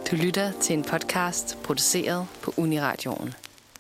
Du lytter til en podcast produceret på Uniradioen.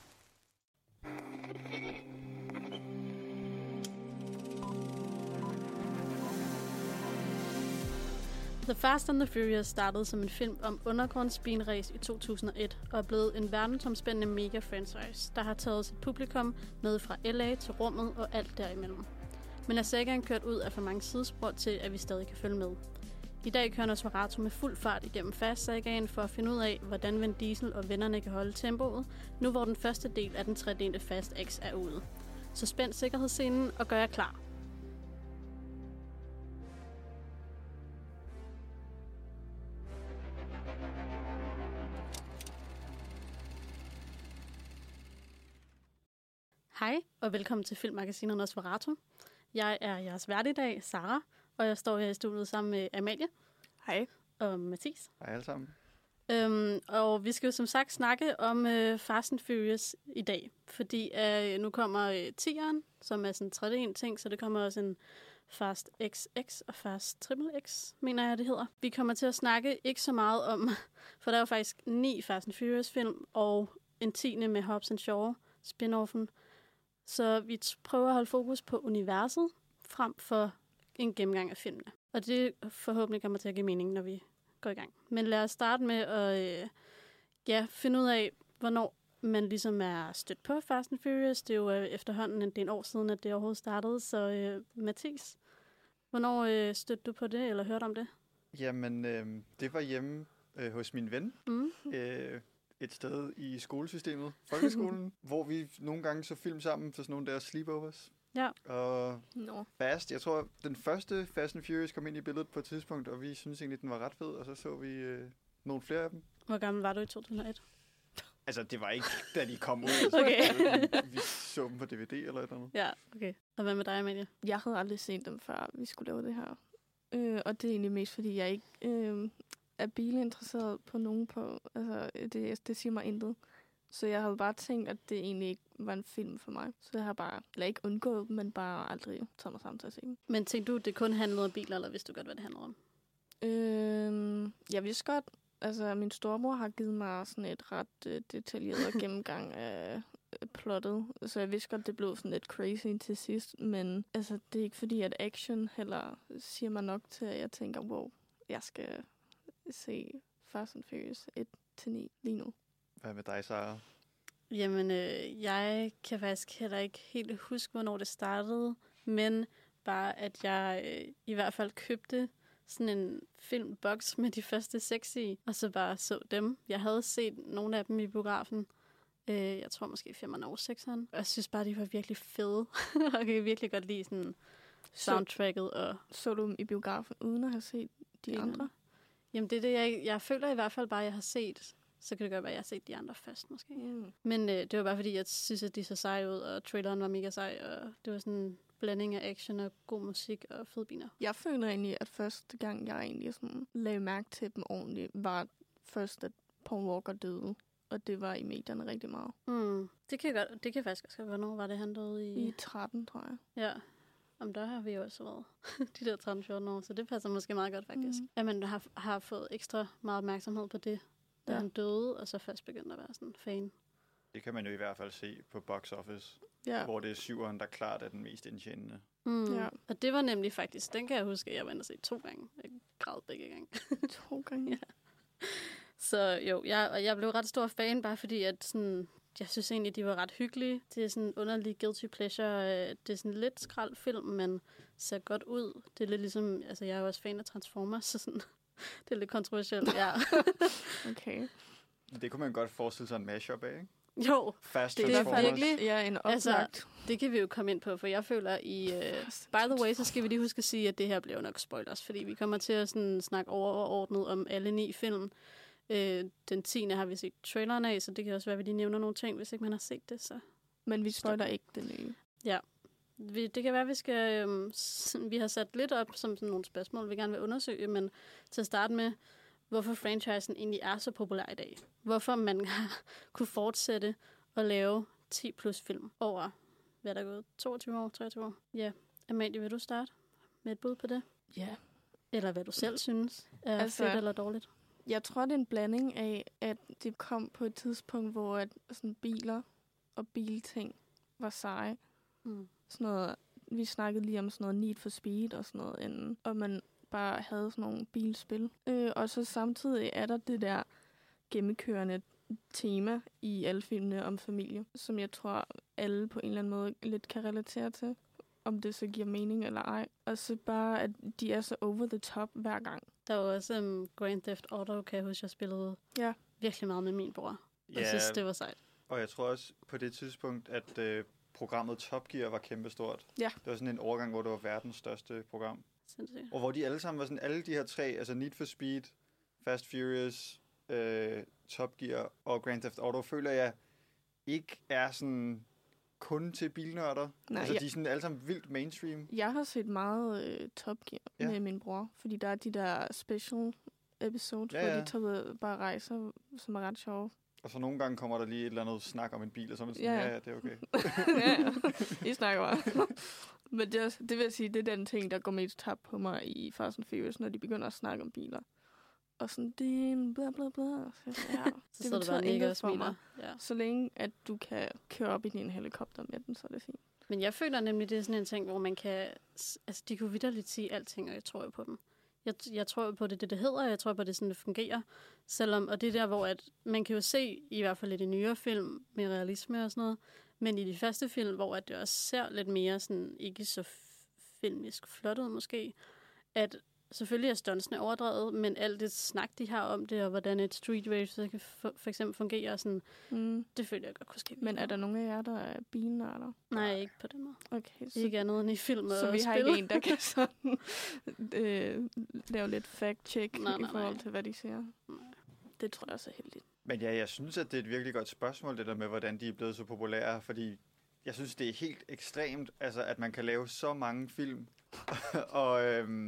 The Fast and the Furious startede som en film om undergrundsbilræs i 2001 og er blevet en verdensomspændende mega-franchise, der har taget sit publikum med fra LA til rummet og alt derimellem. Men er sagaen kørt ud af for mange sidespor til, at vi stadig kan følge med. I dag kører Nosferatu med fuld fart igennem Fast-sagaen for at finde ud af, hvordan Vin Diesel og vennerne kan holde tempoet, nu hvor den første del af den tredelte Fast X er ude. Så spænd sikkerhedsscenen og gør jer klar. Hej og velkommen til Filmmagasinet Nosferatu. Jeg er jeres vært i dag, Sara, og jeg står her i studiet sammen med Amalie. Hej. Og Mathias. Hej alle sammen. Og vi skal jo som sagt snakke om Fast and Furious i dag, fordi nu kommer 10'eren, som er sådan en ting, så det kommer også en Fast XX og Fast Triple X, mener jeg det hedder. Vi kommer til at snakke ikke så meget om, for der er jo faktisk 9 Fast and Furious film, og en 10. med Hobbs & Shaw, spin-offen. Så vi prøver at holde fokus på universet, frem for en gennemgang af filmene. Og det forhåbentlig kommer til at give mening, når vi går i gang. Men lad os starte med at finde ud af, hvornår man ligesom er stødt på Fast and Furious. Det er jo efterhånden en del år siden, at det overhovedet startede. Så Mathias, hvornår stødte du på det, eller hørte om det? Jamen, det var hjemme hos min ven. Et sted i skolesystemet, folkeskolen, hvor vi nogle gange så film sammen for sådan nogle der sleepovers. Ja. Og Fast, jeg tror, den første Fast and Furious kom ind i billedet på et tidspunkt, og vi synes egentlig, den var ret fed, og så vi nogle flere af dem. Hvor gammel var du i 2001? Altså, det var ikke, da de kom ud. Okay. Vi så dem på DVD eller et eller andet. Ja, okay. Og hvad med dig, Amalie? Jeg havde aldrig set dem, før vi skulle lave det her. Og det er egentlig mest, fordi jeg ikke er bilinteresseret på nogen på. Altså, det siger mig intet. Så jeg havde bare tænkt, at det egentlig ikke var en film for mig. Så jeg har bare, ikke undgået dem, men bare aldrig taget mig sammen til at se dem. Men tænkte du, det kun handlede om biler, eller vidste du godt, hvad det handlede om? Jeg vidste godt, altså min storebror har givet mig sådan et ret detaljeret gennemgang af plottet. Så jeg vidste godt, det blev sådan lidt crazy til sidst. Men altså, det er ikke fordi, at action heller siger mig nok til, at jeg tænker, wow, jeg skal se Fast and Furious 1-9 lige nu. Hvad med dig, Sara? Jamen, jeg kan faktisk heller ikke helt huske, hvornår det startede, men bare, at jeg i hvert fald købte sådan en filmboks med de første 6 i, og så bare så dem. Jeg havde set nogle af dem i biografen. Jeg tror måske 5'erne og 6'erne. Og jeg synes bare, de var virkelig fede. Og jeg kan virkelig godt lide sådan soundtracket. Så du dem i biografen uden at have set de andre? Jamen, det er det, jeg føler i hvert fald bare, at jeg har set. Så kan det godt være, at jeg har set de andre først, måske. Men det var bare fordi, jeg synes, at de så seje ud, og traileren var mega sej, og det var sådan en blanding af action og god musik og fede biler. Jeg føler egentlig, at første gang, jeg egentlig sådan lagde mærke til dem ordentligt, var først, at Paul Walker døde. Og det var i medierne rigtig meget. Det kan faktisk også være, hvornår var det, han døde i? I 13, tror jeg. Ja. Om der har vi jo også været de der 13-14 år, så det passer måske meget godt, faktisk. At man har fået ekstra meget opmærksomhed på det, da han døde, og så først begyndte at være sådan fan. Det kan man jo i hvert fald se på Box Office, hvor det er 7'eren, der klart er den mest indtjenende. Ja. Og det var nemlig faktisk, den kan jeg huske, at jeg var inde og se 2 gange. Jeg græd begge gange. 2 gange? Ja. Så jo, jeg blev ret stor fan, bare fordi, at sådan, jeg synes egentlig, de var ret hyggelige. Det er sådan en underlig guilty pleasure. Det er sådan lidt skrald film, men ser godt ud. Det er lidt ligesom, altså jeg er jo også fan af Transformers, så sådan, det er lidt kontroversielt, ja. Okay. Det kunne man godt forestille sig en mashup af, ikke? Jo, Fast det er virkelig en oplagt. Altså, det kan vi jo komme ind på, for jeg føler by the way, så skal vi lige huske at sige, at det her bliver nok spoilers, fordi vi kommer til at sådan snakke overordnet om alle 9 film. Den 10. har vi set traileren af, så det kan også være, at vi lige nævner nogle ting, hvis ikke man har set det. Så. Men vi spoiler ikke det nye. Ja. Det kan være, at vi skal... vi har sat lidt op som sådan nogle spørgsmål, vi gerne vil undersøge, men til at starte med, hvorfor franchisen egentlig er så populær i dag. Hvorfor man har kunne fortsætte at lave 10 plus film over, hvad der er gået, 22 år, 23 år. Ja, Amalie, vil du starte med et bud på det? Ja. Eller hvad du selv synes er fedt eller dårligt? Jeg tror, det er en blanding af, at det kom på et tidspunkt, hvor at sådan biler og bilting var seje. Sådan noget, vi snakkede lige om sådan noget Need for Speed og sådan noget inden, og man bare havde sådan nogle bilspil. Og så samtidig er der det der gennemkørende tema i alle filmene om familie, som jeg tror, alle på en eller anden måde lidt kan relatere til, om det så giver mening eller ej. Og så bare, at de er så over the top hver gang. Der var også Grand Theft Auto, kan jeg huske, jeg spillede virkelig meget med min bror. Jeg synes, det var sejt. Og jeg tror også på det tidspunkt, at programmet Top Gear var kæmpestort. Ja. Det var sådan en overgang, hvor det var verdens største program. Sindssygt. Og hvor de alle sammen var sådan, alle de her tre, altså Need for Speed, Fast Furious, Top Gear og Grand Theft Auto, føler jeg ikke er sådan kun til bilnørder. Nej, altså de er sådan alle sammen vildt mainstream. Jeg har set meget Top Gear med min bror, fordi der er de der special episodes, hvor de tager bare rejser, som er ret sjove. Og så nogle gange kommer der lige et eller andet snak om en bil, og så er man sådan, ja, det er okay. I snakker bare. Men det vil jeg sige, det er den ting, der går mest tabt på mig i Fast and Furious, når de begynder at snakke om biler. Og sådan, det er bla bla bla. Så det betyder ikke for mig. Ja. Så længe, at du kan køre op i din helikopter med den, så er det fint. Men jeg føler nemlig, det er sådan en ting, hvor man kan... Altså, de kunne vitterligt sige alting, og jeg tror jo på dem. Jeg tror på det hedder, og jeg tror på det, sådan det fungerer. Selvom, og det er der, hvor at man kan jo se, i hvert fald i de nyere film, med realisme og sådan noget, men i de første film, hvor at det også ser lidt mere sådan, ikke så filmisk flot ud måske, at selvfølgelig er stuntsene overdrevet, men alt det snak, de har om det, og hvordan et street race kan for eksempel fungere, sådan, det føler jeg godt kunne ske. Men er der nogen af jer, der er bilnørder? Nej, ikke på den måde. Okay, så, ikke andet end i film og så vi spil. har ikke en, der kan sådan lave lidt fact-check i forhold til, hvad de siger. Nej. Det tror jeg også er heldigt. Men ja, jeg synes, at det er et virkelig godt spørgsmål, det der med, hvordan de er blevet så populære, fordi jeg synes, det er helt ekstremt, altså, at man kan lave så mange film, og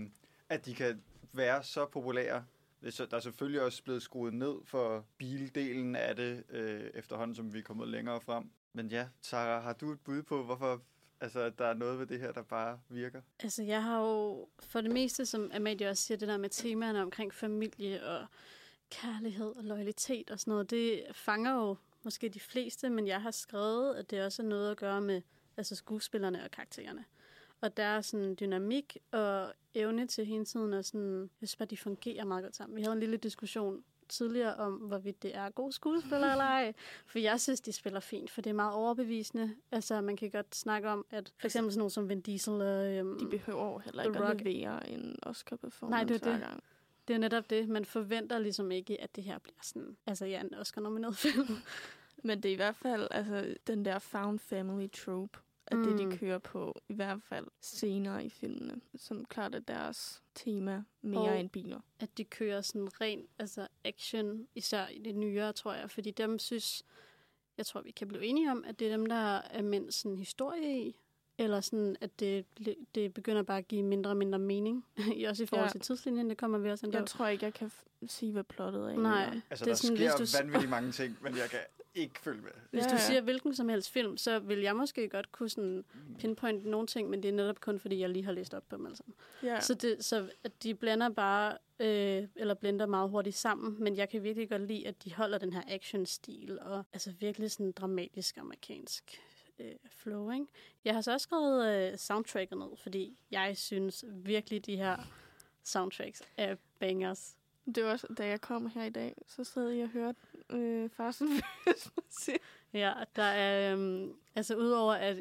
at de kan være så populære. Der er selvfølgelig også blevet skruet ned for bildelen af det, efterhånden som vi er kommet længere frem. Men ja, Sarah, har du et bud på, hvorfor der er noget ved det her, der bare virker? Altså, jeg har jo for det meste, som Amalie også siger, det der med temaerne omkring familie og kærlighed og loyalitet og sådan noget, det fanger jo måske de fleste, men jeg har skrevet, at det også er noget at gøre med skuespillerne og karaktererne. Og der er sådan dynamik og evne til hele tiden, og sådan, jeg synes bare, de fungerer meget godt sammen. Vi havde en lille diskussion tidligere om, hvorvidt det er gode skuespillere eller ej. For jeg synes, de spiller fint, for det er meget overbevisende. Altså, man kan godt snakke om, at for eksempel sådan nogen som Vin Diesel og de behøver jo heller ikke at levere en Oscar-performance. Nej, det er det. Gang. Det er netop det. Man forventer ligesom ikke, at det her bliver sådan, en Oscar-nomineret film. Men det er i hvert fald den der found family trope, at det, de kører på, i hvert fald senere i filmene, som klart er deres tema mere end biler. At de kører sådan ren action, især i det nyere, tror jeg, fordi dem synes, jeg tror, vi kan blive enige om, at det er dem, der er mindst sådan historie i, eller sådan, at det begynder bare at give mindre og mindre mening, også i forhold til tidslinjen, det kommer vi også Jeg tror ikke, jeg kan sige, hvad plottet er. Nej. Altså, det er sådan, der sker vanvittigt mange ting, men jeg kan ikke følge med. Hvis du siger hvilken som helst film, så vil jeg måske godt kunne sådan pinpointe nogle ting, men det er netop kun, fordi jeg lige har læst op på dem alle sammen. Ja. Så at de blander bare, eller blender meget hurtigt sammen, men jeg kan virkelig godt lide, at de holder den her action-stil, og virkelig sådan dramatisk amerikansk flow, ikke? Jeg har så også skrevet soundtracket ned, fordi jeg synes virkelig, de her soundtracks er bangers. Det var også, da jeg kom her i dag, så sad jeg og hørte Fast and Furious musik. Ja, der er, udover at,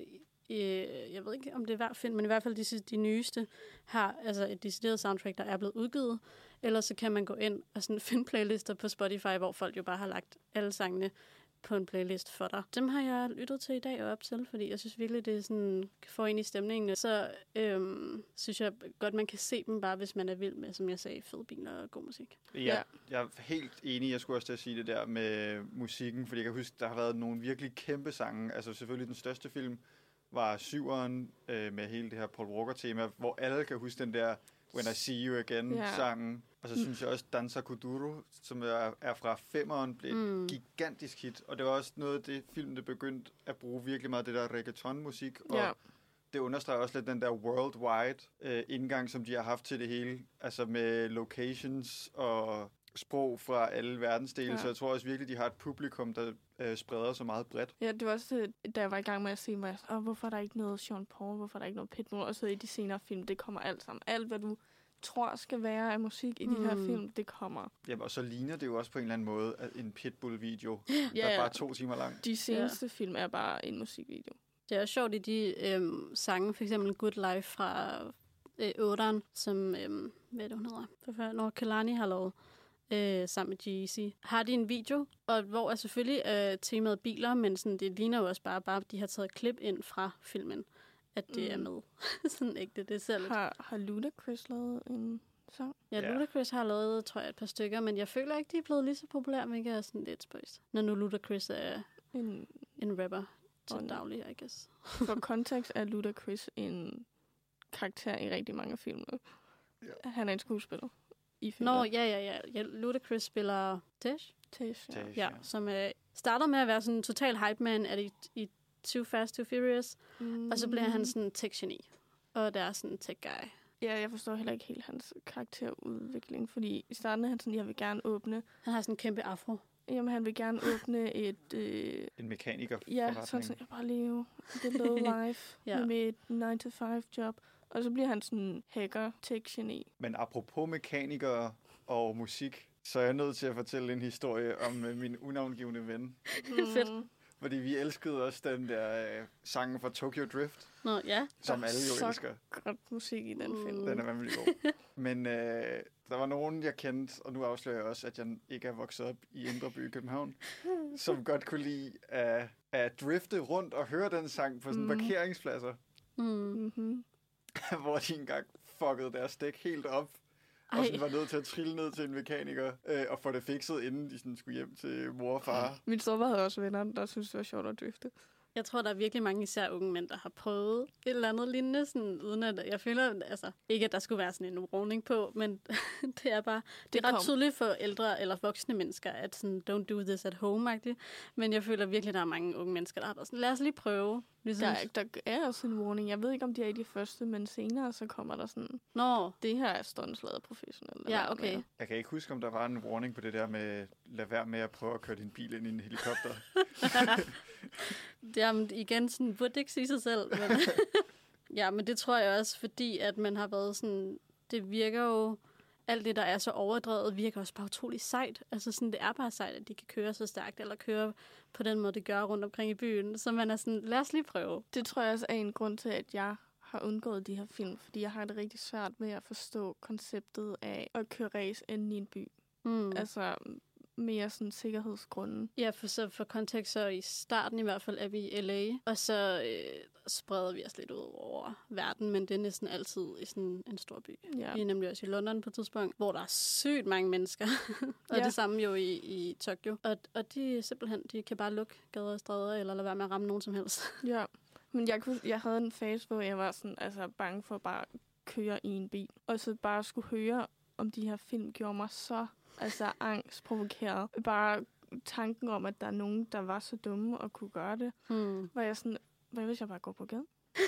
jeg ved ikke, om det er hver film, men i hvert fald de nyeste har et decideret soundtrack, der er blevet udgivet. Ellers så kan man gå ind og sådan finde playlister på Spotify, hvor folk jo bare har lagt alle sangene på en playlist for dig. Dem har jeg lyttet til i dag og op til, fordi jeg synes virkelig, det er sådan, får ind i stemningen. Så synes jeg godt, man kan se dem bare, hvis man er vild med, som jeg sagde, fed biler og god musik. Ja, jeg er helt enig. Jeg skulle også til at sige det der med musikken, fordi jeg kan huske, der har været nogle virkelig kæmpe sange. Altså selvfølgelig den største film var 7'eren med hele det her Paul Walker-tema, hvor alle kan huske den der When I See You Again-sangen. Og så synes jeg også Danza Kuduro, som er fra 5'eren, blev et gigantisk hit. Og det var også noget af det film, der begyndte at bruge virkelig meget det der reggaeton-musik. Og det understreger også lidt den der worldwide indgang, som de har haft til det hele. Altså med locations og sprog fra alle verdensdele, Ja. så jeg tror også virkelig, de har et publikum, der spreder sig meget bredt. Ja, det var også, da jeg var i gang med at se mig, hvorfor er der ikke noget Sean Paul, hvorfor er der ikke noget Pitbull, og så i de senere film, det kommer alt sammen. Alt, hvad du tror skal være af musik i de her film, det kommer. Jamen, og så ligner det jo også på en eller anden måde en Pitbull-video, Ja, der er bare 2 timer lang. De seneste film er bare en musikvideo. Det er også sjovt i de sange, for eksempel Good Life fra 8'eren, som, hvad er det, hun hedder? Når Kehlani har lavet sammen med G-Eazy. Har de en video, og hvor er selvfølgelig temaet biler, men sådan, det ligner jo også bare, de har taget klip ind fra filmen, at det er med. Sådan ægte, det ser lidt. Har Ludacris lavet en sang? Ja, Ludacris har lavet, tror jeg, et par stykker, men jeg føler ikke, de er blevet lige så populære, hvilket er sådan lidt spøjst. Når nu Ludacris er en rapper til daglig, I guess. For kontekst er Ludacris en karakter i rigtig mange film. Ja. Han er en skuespiller i filmen. Nå, ja. Ludacris spiller Tesh, ja. som startede med at være sådan en total hype man i Too Fast, Too Furious, og så bliver han sådan en tech-geni, og der er sådan en tech-guy. Ja, jeg forstår heller ikke helt hans karakterudvikling, fordi i starten er han sådan, jeg vil gerne åbne... Han har sådan en kæmpe afro. Jamen, han vil gerne åbne et... en mekaniker. Ja, sådan, jeg bare leve det low life med mit 9-to-5-job. Og så bliver han sådan hacker, tech-geni. Men apropos mekanikere og musik, så er jeg nødt til at fortælle en historie om min unavngivende ven. Fedt. Fordi vi elskede også den der sangen fra Tokyo Drift. Nå, ja. Som alle jo elsker. Godt musik i den film. Den er vanvittig god. Men der var nogen, jeg kendte, og nu afslører jeg også, at jeg ikke er vokset op i Indre By i København, som godt kunne lide at drifte rundt og høre den sang på sådan parkeringspladser. Hvor de engang fuckede deres dæk helt op. Og sådan var nødt til at trille ned til en mekaniker og få det fikset, inden de sådan skulle hjem til mor og far. Min storebror havde også venner, der synes det var sjovt at drifte. Jeg tror, der er virkelig mange især unge mænd, der har prøvet et eller andet lignende, sådan, uden at jeg føler, altså ikke at der skulle være sådan en warning på, men det er bare, det er ret tydeligt for ældre eller voksne mennesker, at sådan, don't do this at home-agtigt, men jeg føler virkelig, der er mange unge mennesker, der har været sådan, lad os lige prøve. Ligesom. Der er også en warning. Jeg ved ikke, om de er i de første, men senere så kommer der sådan, det her er stunts professionelt. Ja, okay. Jeg kan ikke huske, om der var en warning på det der med, lad være med at prøve at køre din bil ind i en helikopter. Det er igen sådan, burde det ikke sige sig selv. Men ja, men det tror jeg også, fordi at man har været sådan, det virker jo, alt det, der er så overdrevet, virker også bare utrolig sejt. Altså sådan, det er bare sejt, at de kan køre så stærkt, eller køre på den måde, det gør rundt omkring i byen. Så man er sådan, lad os lige prøve. Det tror jeg også er en grund til, at jeg har undgået de her film, fordi jeg har det rigtig svært med at forstå konceptet af at køre race inde i en by. Altså mere sådan sikkerhedsgrunden. Ja, for kontekst, så i starten i hvert fald er vi i LA, og så spreder vi os lidt ud over verden, men det er næsten altid i sådan en stor by. Ja. Vi er nemlig også i London på et tidspunkt, hvor der er sygt mange mennesker, og det samme jo i Tokyo. Og de simpelthen, de kan bare lukke gader og stræder, eller lade være med at ramme nogen som helst. Ja, men jeg havde en fase, hvor jeg var sådan, altså bange for at bare køre i en bil, og så bare skulle høre om de her film, gjorde mig så angstprovokeret. Bare tanken om, at der er nogen, der var så dumme og kunne gøre det, var jeg sådan, hvad hvis jeg bare går på gaden?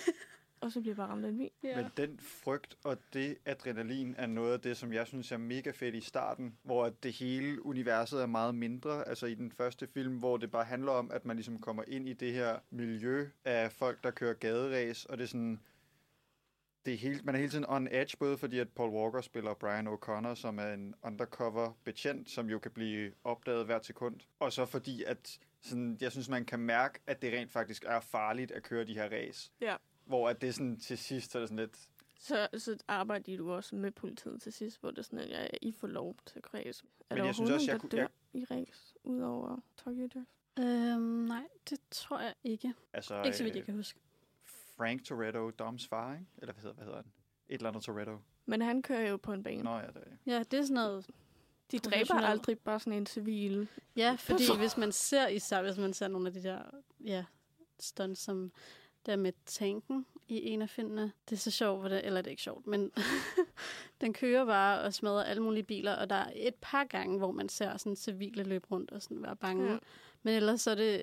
Og så bliver jeg bare ramt af en bil. Yeah. Men den frygt og det adrenalin er noget af det, som jeg synes er mega fedt i starten, hvor det hele universet er meget mindre. Altså i den første film, hvor det bare handler om, at man ligesom kommer ind i det her miljø af folk, der kører gaderæs, og det er sådan... man er hele tiden on edge, både fordi at Paul Walker spiller Brian O'Connor, som er en undercover betjent, som jo kan blive opdaget hvert sekund. Og så fordi, at sådan, jeg synes, man kan mærke, at det rent faktisk er farligt at køre de her race. Ja. Hvor at det sådan, til sidst er det sådan lidt... Så arbejder du også med politiet til sidst, hvor det er sådan, at I får lov til at race. Er men der jeg synes også, der dør i race, udover Tokyo Drift? Nej, det tror jeg ikke. Altså, ikke så vidt, jeg kan huske. Frank Toretto, Doms far, ikke? Eller hvad hedder den? Et eller andet Toretto. Men han kører jo på en bane. Nå ja, det er det. Ja, det er sådan noget... De dræber aldrig bare sådan en civil... Ja, fordi hvis man ser nogle af de der stunts, som der med tanken i en af filmene, det er så sjovt, eller det er ikke sjovt, men den kører bare og smadrer alle mulige biler, og der er et par gange, hvor man ser sådan civile løbe rundt og sådan være bange. Ja. Men ellers så er det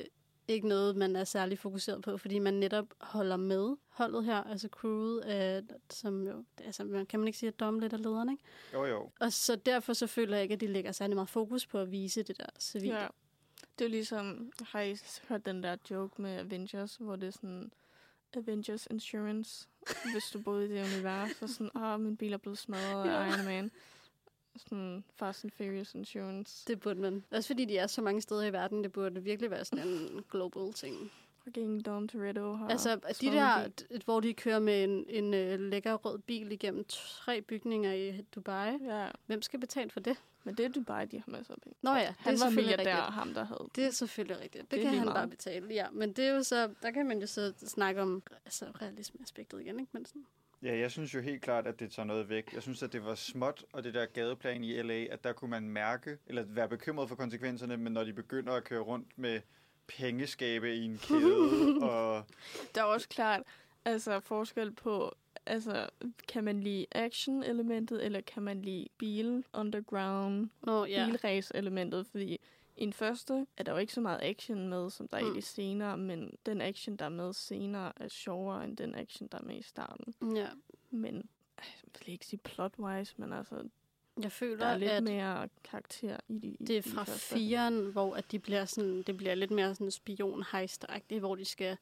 ikke noget, man er særlig fokuseret på, fordi man netop holder med holdet her, altså crewet, som jo, altså kan man ikke sige, at Dom lidt er lederen, ikke? Jo. Og så derfor så føler jeg ikke, at de lægger særlig meget fokus på at vise det der civile. Ja. Det er jo ligesom, har I hørt den der joke med Avengers, hvor det er sådan, Avengers Insurance, hvis du boede i det univers, og sådan, min bil er blevet smadret af Iron Man. Sådan Fast and Furious Insurance. Det burde man. Også fordi de er så mange steder i verden, det burde virkelig være sådan en global ting. Fucking Dom Toretto har... Altså, de der, hvor de kører med en lækker rød bil igennem 3 bygninger i Dubai. Ja. Hvem skal betale for det? Men det er Dubai, de har masser af penge. Nå ja, han det er var selvfølgelig milliardær, rigtigt. ham der havde. Det er selvfølgelig rigtigt. Det er kan lige han meget. bare betale, ja. Men det er jo så, der kan man jo så snakke om altså, realisme-aspektet igen, ikke? Men sådan. Ja, jeg synes jo helt klart, at det tager noget væk. Jeg synes, at det var småt, og det der gadeplan i LA, at der kunne man mærke, eller være bekymret for konsekvenserne, men når de begynder at køre rundt med pengeskabe i en kæde, og... Der er også klart altså, forskel på, altså, kan man lide action-elementet, eller kan man lide bil-underground, bilrace-elementet, fordi i den første er der jo ikke så meget action med, som der er i de senere, men den action, der er med senere, er sjovere end den action, der er med i starten. Ja. Men jeg vil ikke sige plot-wise, men altså, jeg føler, der er lidt at mere karakter i de. Det er fra 4'eren, hvor at de bliver sådan, det bliver lidt mere sådan spion-heist-agtigt, hvor de skal,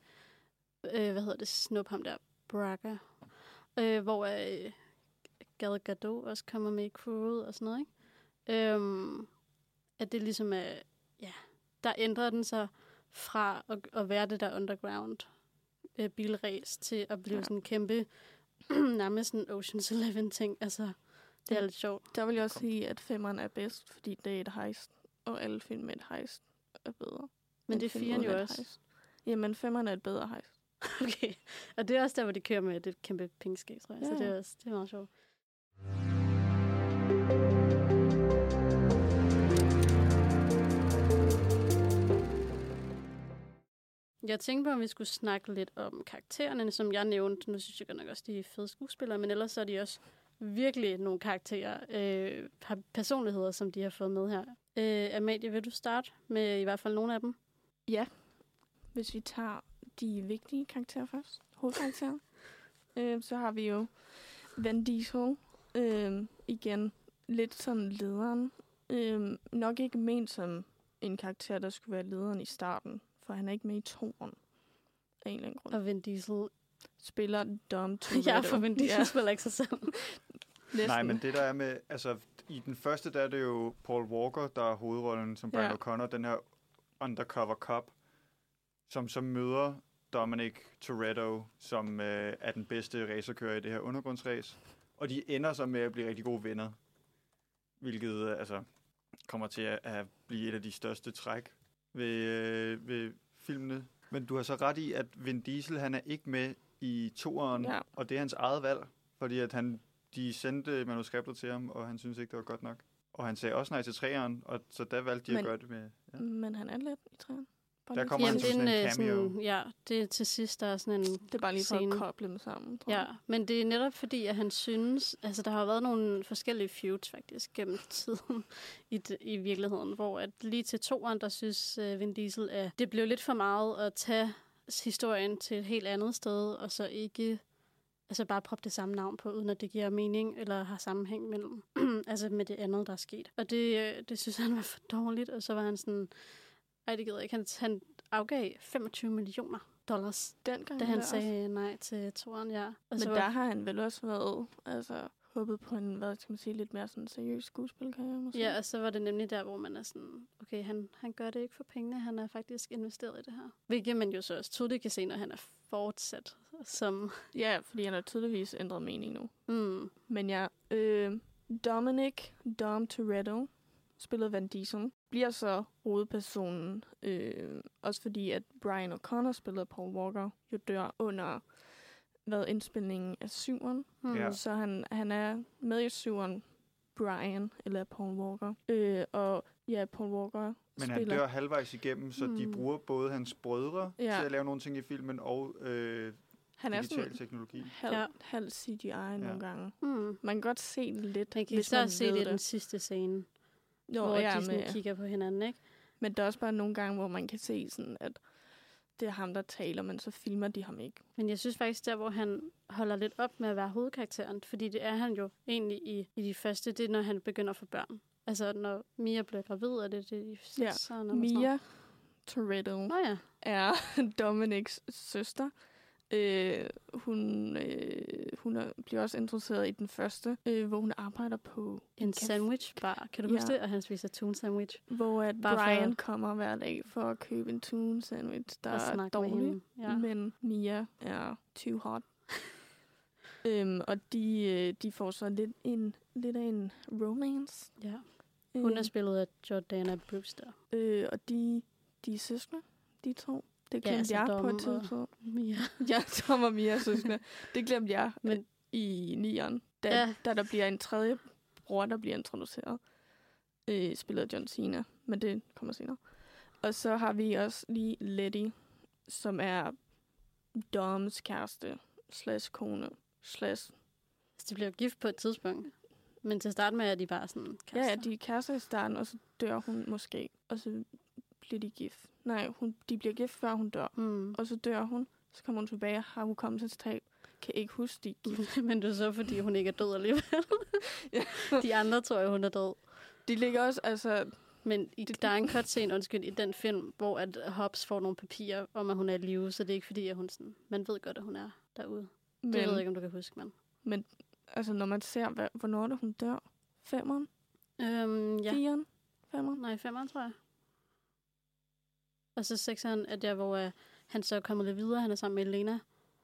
snuppe ham der, Braga. Hvor Gal Gadot også kommer med i crewet og sådan noget, ikke? At det ligesom er, der ændrer den sig fra at være det der underground bilræs til at blive sådan en kæmpe, nærmest sådan Ocean's 11-ting. Altså, det er lidt sjovt. Der vil jeg også sige, at 5'eren er bedst, fordi det er et heist, og alle film med et heist er bedre. Men det er 4'eren jo også. Heist. Jamen, 5'eren er et bedre heist. Okay, og det er også der, hvor de kører med det kæmpe pengeskab, tror jeg. Ja. Så det er meget sjovt. Jeg tænkte på, om vi skulle snakke lidt om karaktererne, som jeg nævnte. Nu synes jeg godt nok også, de er fede skuespillere, men ellers så er de også virkelig nogle karakterer, personligheder, som de har fået med her. Amalie, vil du starte med i hvert fald nogle af dem? Ja, hvis vi tager de vigtige karakterer først, hovedkarakterer, så har vi jo Vin Diesel, igen lidt sådan lederen. Nok ikke ment som en karakter, der skulle være lederen i starten, for han er ikke med i 2'eren af en eller anden grund. Og Vin Diesel spiller Dom Toretto. Ja, for Vin Diesel spiller ikke sig selv. Nej, men det der er med, altså i den første, der er det jo Paul Walker, der er hovedrollen som Brian O'Connor, den her undercover cop, som så møder Dominic Toretto, som er den bedste racerkører i det her undergrundsræs. Og de ender så med at blive rigtig gode venner, hvilket altså kommer til at blive et af de største træk ved filmene. Men du har så ret i, at Vin Diesel, han er ikke med i 2'eren, og det er hans eget valg, fordi at de sendte manuskripter til ham, og han synes ikke, det var godt nok. Og han sagde også nej til 3'eren, og så der valgte de at gøre det med... Ja. Men han er lidt i 3'eren. Der kommer han sådan en cameo. Sådan, det er til sidst, der er sådan en det er bare lige for at koble dem sammen, tror jeg. Ja, men det er netop fordi, at han synes... Altså, der har været nogle forskellige feuds, faktisk, gennem tiden i virkeligheden, hvor at lige til 2'eren, der synes Vin Diesel, at det blev lidt for meget at tage historien til et helt andet sted, og så ikke... Altså bare proppe det samme navn på, uden at det giver mening, eller har sammenhæng mellem, altså med det andet, der er sket. Og det synes han var for dårligt, og så var han sådan... Ej, det gider ikke. Han afgav $25 million, da han sagde nej til 2'eren, ja. Men der har han vel også været, altså, håbet på en, hvad skal man sige, lidt mere sådan seriøs skuespilkarriere, måske. Ja, og så var det nemlig der, hvor man er sådan, okay, han gør det ikke for pengene, han er faktisk investeret i det her. Hvilket man jo så også tydeligt kan se, når han er fortsat som... Ja, fordi han har tydeligvis ændret mening nu. Men ja, Dom Toretto, spillet Vin Diesel, bliver så hovedpersonen, også fordi, at Brian O'Connor, spillet Paul Walker, jo dør under indspilningen af 7'eren. Så han er med i 7'eren, Brian, eller Paul Walker. Og ja, Paul Walker men han dør halvvejs igennem, så de bruger både hans brødre til at lave nogle ting i filmen, og han digital teknologi. Halv CGI nogle gange. Man kan godt se det lidt, man kan især se det i den sidste scene. Hvor de sådan kigger på hinanden, ikke? Men der er også bare nogle gange, hvor man kan se sådan, at det er ham, der taler, men så filmer de ham ikke. Men jeg synes faktisk, der hvor han holder lidt op med at være hovedkarakteren, fordi det er han jo egentlig i de første, det er når han begynder at få børn. Altså når Mia bliver gravid, er det i 6'erne? Mia Toretto er Dominics søster. Hun bliver også introduceret i den første, hvor hun arbejder på en sandwichbar. Kan du huske det? Og han spiser tuna sandwich. Hvor at Brian kommer hver dag for at købe en tuna sandwich, der er dårlig. Men Mia er too hot. Og de får så lidt af en romance. Ja. Hun er spillet af Jordana Brewster. Og de er søskende, de to. Det glemte jeg på et tidspunkt. Ja, Tom og Mia søskende. Det glemte jeg i 9'eren. Da der bliver en tredje bror, der bliver introduceret. Spillet af John Cena, men det kommer senere. Og så har vi også lige Letty, som er Doms kæreste, /kone, De bliver gift på et tidspunkt. Men til at starte med er de bare sådan kærester. Ja, de er kærester i starten, og så dør hun måske. Og så bliver de gift. Nej, de bliver gift, før hun dør. Og så dør hun. Så kommer hun tilbage og har hukommelsestab. Kan ikke huske, de gift. Men det er så, fordi hun ikke er død alligevel. De andre tror jeg, hun er død. De ligger også, altså... Men der er en cutscene, i den film, hvor at Hobbs får nogle papirer om, at hun er i live. Så det er ikke fordi, at hun sådan... Man ved godt, at hun er derude. Det ved jeg ikke, om du kan huske, man. Men altså, når man ser, hvornår er det, hun dør? 5'eren? Ja. 4'eren? 5'eren? Nej, 5'eren, tror jeg. Og så 6'eren er der, hvor han så er kommet lidt videre. Han er sammen med Elena.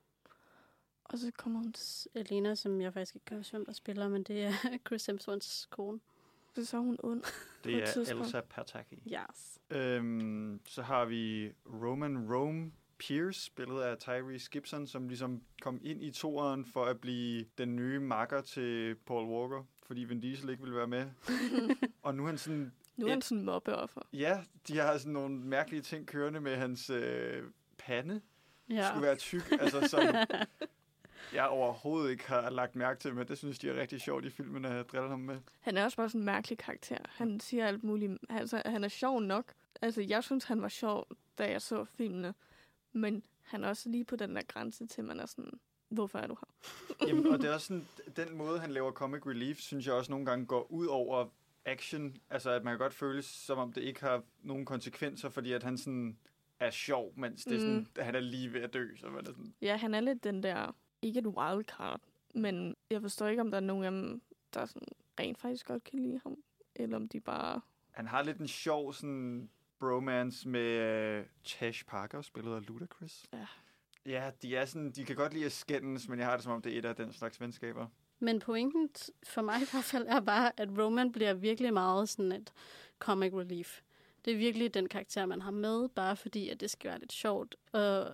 Og så kommer hun... Elena, som jeg faktisk ikke kan huske, hvem der spiller, men det er Chris Hemsworths kone. Så er hun ond. Det er Elsa Pataki. Yes. Så har vi Roman Rome Pierce, spillet af Tyrese Gibson, som ligesom kom ind i toeren for at blive den nye makker til Paul Walker, fordi Vin Diesel ikke ville være med. Og nu er han sådan... Nu er han sådan mobbeoffer. Ja, de har sådan nogle mærkelige ting kørende med hans pande. Ja. Skulle være tyk, altså som jeg overhovedet ikke har lagt mærke til, men det synes de er rigtig sjovt i filmen at drille ham med. Han er også bare sådan en mærkelig karakter. Han siger alt muligt. Altså, han er sjov nok. Altså, jeg synes, han var sjov, da jeg så filmene. Men han er også lige på den der grænse til, man er sådan, hvorfor er du her? Jamen, og det er også sådan, den måde, han laver comic relief, synes jeg også nogle gange går ud over action. Altså, at man kan godt føle, som om det ikke har nogen konsekvenser, fordi at han sådan er sjov, mens det er sådan, han er lige ved at dø. Så man er sådan... Ja, han er lidt den der, ikke et wildcard, men jeg forstår ikke, om der er nogen af dem, der sådan rent faktisk godt kan lide ham, eller om de bare... Han har lidt en sjov sådan bromance med Tash Parker, spillet af Ludacris. Ja. Ja, de kan godt lide at skændes, men jeg har det som om, det er et af den slags venskaber. Men pointen for mig i hvert fald er bare, at Roman bliver virkelig meget sådan et comic relief. Det er virkelig den karakter, man har med, bare fordi, at det skal være lidt sjovt. Og,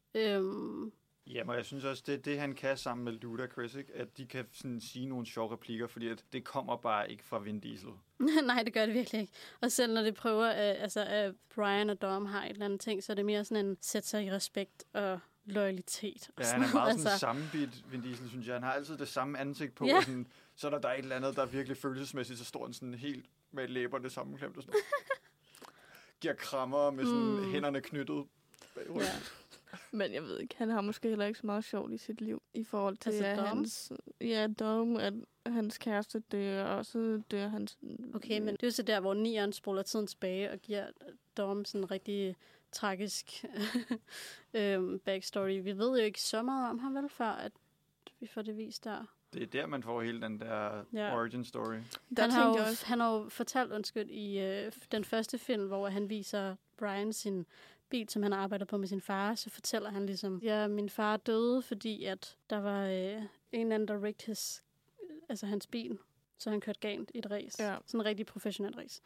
Jamen, jeg synes også, det er det, han kan sammen med Ludacris, ikke? At de kan sådan sige nogle sjove replikker, fordi at det kommer bare ikke fra Vin Diesel. Nej, det gør det virkelig ikke. Og selv når det prøver, at Brian og Dom har et eller andet ting, så er det mere sådan en sæt sig i respekt og loyalitet. Og ja, han er meget sådan sammenbidt, Vin Diesel, synes jeg. Han har altid det samme ansigt på, og sådan, så er der et eller andet, der er virkelig følelsesmæssigt, så står han sådan helt med læberne sammenklemt og sådan giver krammer med sådan hænderne knyttet bagud. Ja. Men jeg ved ikke, han har måske heller ikke så meget sjovt i sit liv, i forhold til altså Dom, at hans kæreste dør, og så dør hans... Okay, men det er så der, hvor 9'eren spoler tiden tilbage og giver Dom sådan en rigtig tragisk backstory. Vi ved jo ikke så meget om ham vel, før at vi får det vist der. Det er der, man får hele den der origin story. Han har jo fortalt, i den første film, hvor han viser Brian sin bil, som han arbejder på med sin far, så fortæller han ligesom, ja, min far døde, fordi at der var en eller anden, der rigte hans bil, så han kørte galt i et race. Ja. Sådan en rigtig professionel race.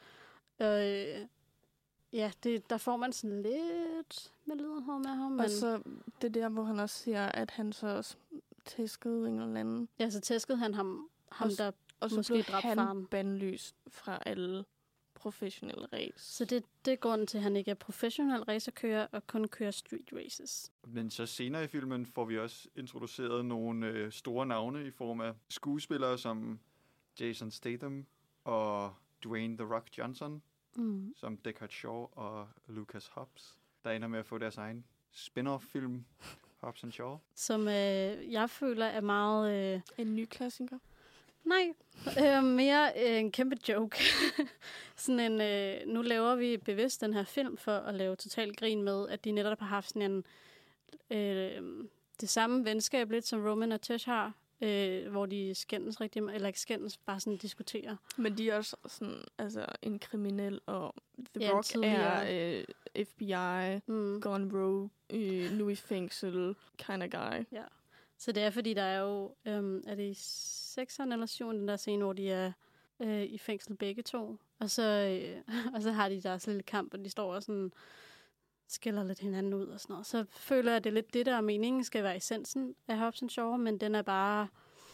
Ja, der får man sådan lidt medlidenhed med ham. Og så det der, hvor han også siger, at han så tæskede en eller anden. Ja, så tæskede han ham der og så måske dræbte faren. Og så blev han bandlyst fra alle professionelle race. Så det er grunden til, at han ikke er professionel racerkører og kun kører street races. Men så senere i filmen får vi også introduceret nogle store navne i form af skuespillere som Jason Statham og Dwayne The Rock Johnson, som Deckard Shaw og Lucas Hobbs, der ender med at få deres egen spin-off-film, Hobbs and Shaw. Som jeg føler er meget... En ny klassiker. Nej, mere en kæmpe joke. Sådan en, nu laver vi bevidst den her film for at lave total grin med, at de netop har haft sådan en... det samme venskab lidt, som Roman og Tish har, hvor de skændes rigtig, eller ikke skændes, bare sådan diskuterer. Men de er også sådan, altså en kriminel, og The Ja, Rock tidligere. er FBI, gone rogue, nu i fængsel, kind of guy. Ja. Så det er, fordi der er jo, er det i 6'eren eller 7'eren, den der scene, hvor de er i fængsel begge to. Og så har de deres lille kamp, og de står og sådan skiller lidt hinanden ud og sådan noget. Så føler jeg, at det er lidt det, der er meningen, skal være essensen af Hobbs and Shaw, men den er bare,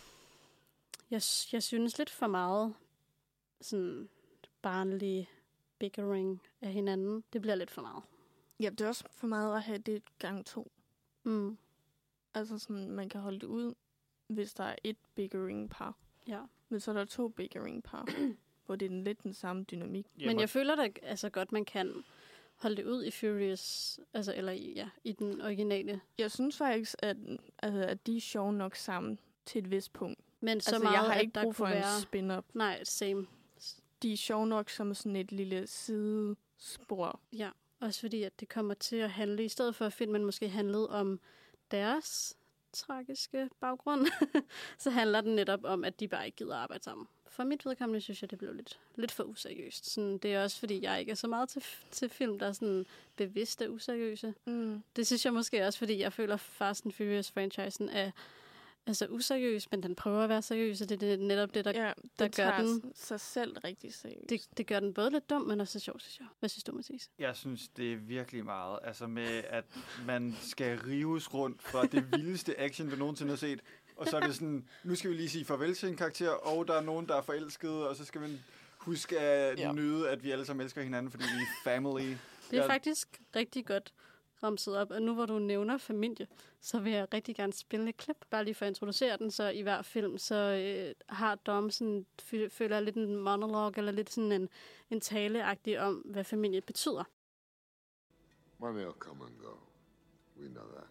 jeg synes lidt for meget sådan barnlig bickering af hinanden. Det bliver lidt for meget. Ja, det er også for meget at have det gang 2. Mm. Altså sådan, man kan holde det ud, hvis der er et bickering-par. Ja. Men så er der 2 bickering-par, hvor det er lidt den samme dynamik. Men jeg føler da altså godt, man kan holde det ud i Furious, altså, eller i den originale. Jeg synes faktisk, at de er sjove nok sammen til et vist punkt. Men så Altså, meget, jeg har at ikke der brug for kunne en være... spin-up. Nej, same. De er sjove nok som sådan et lille sidespor. Ja, også fordi, at det kommer til at handle, i stedet for at filmen måske handlede om deres tragiske baggrund, så handler den netop om, at de bare ikke gider arbejde sammen. For mit vedkommende synes jeg, det blev lidt for useriøst. Sådan, det er også, fordi jeg ikke er så meget til film, der er sådan bevidst og useriøse. Mm. Det synes jeg måske også, fordi jeg føler, Fast and Furious-franchisen er altså useriøs, men den prøver at være seriøs, og det er netop det, der Ja, der det gør tager den- sig selv rigtig seriøst. det gør den både lidt dum, men også sjov, synes jeg. Hvad synes du, Mathias? Jeg synes, det er virkelig meget. Altså med, at man skal rives rundt fra det vildeste action, du nogensinde har set. Og så er det sådan, nu skal vi lige sige farvel til en karakter, og der er nogen, der er forelskede, og så skal man huske at nyde, at vi alle sammen elsker hinanden, fordi vi er family. Det er faktisk rigtig godt ramset op, og nu hvor du nævner familie, så vil jeg rigtig gerne spille et klip, bare lige for at introducere den, så i hver film, så har Dom sådan, føler lidt en monolog, eller lidt sådan en taleagtig om, hvad familie betyder. Money will come and go. We know that.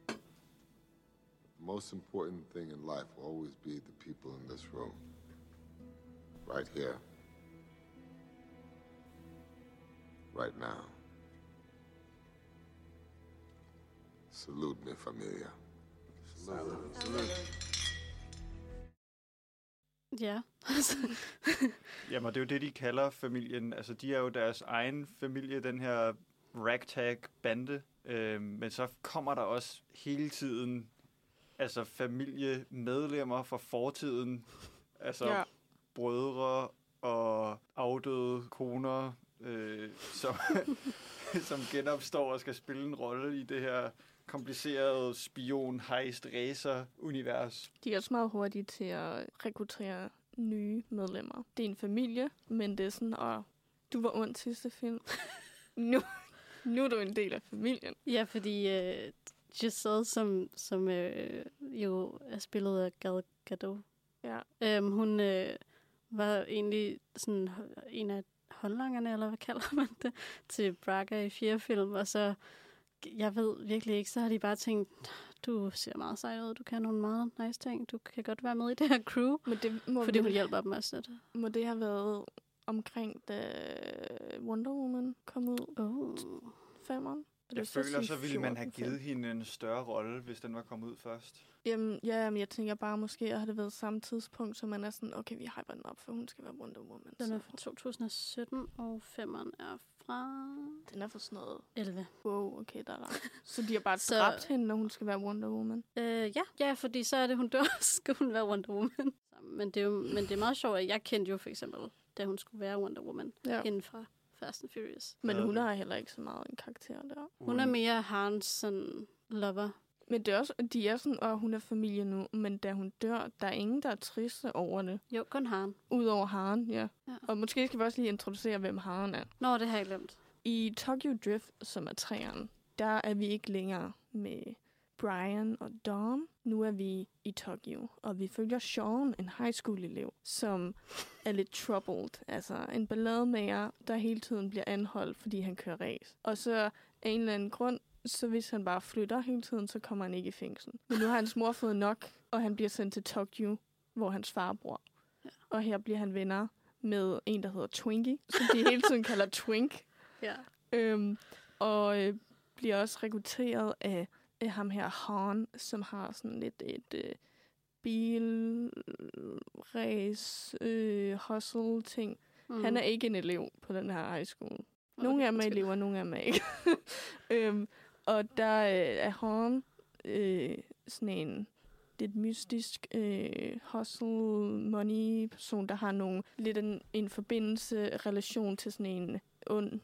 The most important thing in life will always be the people in this room. Right here. Right now. Salute me, familia. Salute. Ja. Jamen, det er jo det, de kalder familien. Altså, de er jo deres egen familie, den her ragtag-bande. Men så kommer der også hele tiden altså familiemedlemmer fra fortiden. Altså brødre og afdøde koner, som genopstår og skal spille en rolle i det her komplicerede spion heist racer univers. De er også meget hurtige til at rekruttere nye medlemmer. Det er en familie, men det er sådan, du var ond sidste film. nu er du en del af familien. Ja, fordi Giselle, som jo er spillet af Gal Gadot, hun var egentlig sådan en af håndlangerne, eller hvad kalder man det, til Braga i 4 film, og så, jeg ved virkelig ikke, så har de bare tænkt, du ser meget sej ud, du kan nogle meget nice ting, du kan godt være med i det her crew, Men det må fordi hun hjælper dem også lidt. Må det have været omkring, da Wonder Woman kom ud? 5'eren? Jeg føler, så ville man have givet hende en større rolle, hvis den var kommet ud først. Jamen, men jeg tænker bare, måske har det været samme tidspunkt, så man er sådan, okay, vi hyper den op, for hun skal være Wonder Woman. Den er fra 2017, og 5'eren er fra... Den er for sådan noget. 11. Wow, okay, der er langt. Så de har bare dræbt hende, når hun skal være Wonder Woman? Ja, fordi så er det, hun dør, så skal hun være Wonder Woman. Men det er meget sjovt, at jeg kendte jo for eksempel, da hun skulle være Wonder Woman, inden fra Fast and Furious. Men hun har heller ikke så meget en karakter der. Hun er mere Hans sådan lover. Men det er også, de er sådan, hun er familie nu, men da hun dør, der er ingen, der er triste over det. Jo, kun Han. Udover Haren, ja. Og måske skal vi også lige introducere, hvem Haren er. Nå, det har jeg glemt. I Tokyo Drift, som er 3'eren, der er vi ikke længere med Brian og Dom. Nu er vi i Tokyo, og vi følger Sean, en high school-elev, som er lidt troubled. Altså en ballademager, der hele tiden bliver anholdt, fordi han kører race. Og så af en eller anden grund, så hvis han bare flytter hele tiden, så kommer han ikke i fængsel. Men nu har hans mor fået nok, og han bliver sendt til Tokyo, hvor hans far bor. Ja. Og her bliver han venner med en, der hedder Twinkie, som de hele tiden kalder Twink. Ja. Og bliver også rekrutteret af ham her Han, som har sådan lidt et bilrace, hustle-ting. Han er ikke en elev på den her high school. Nogle af dem er elever, nogle af dem er ikke. Og der er Han sådan en lidt mystisk hustle money person, der har nogle lidt en forbindelse, relation til sådan en ond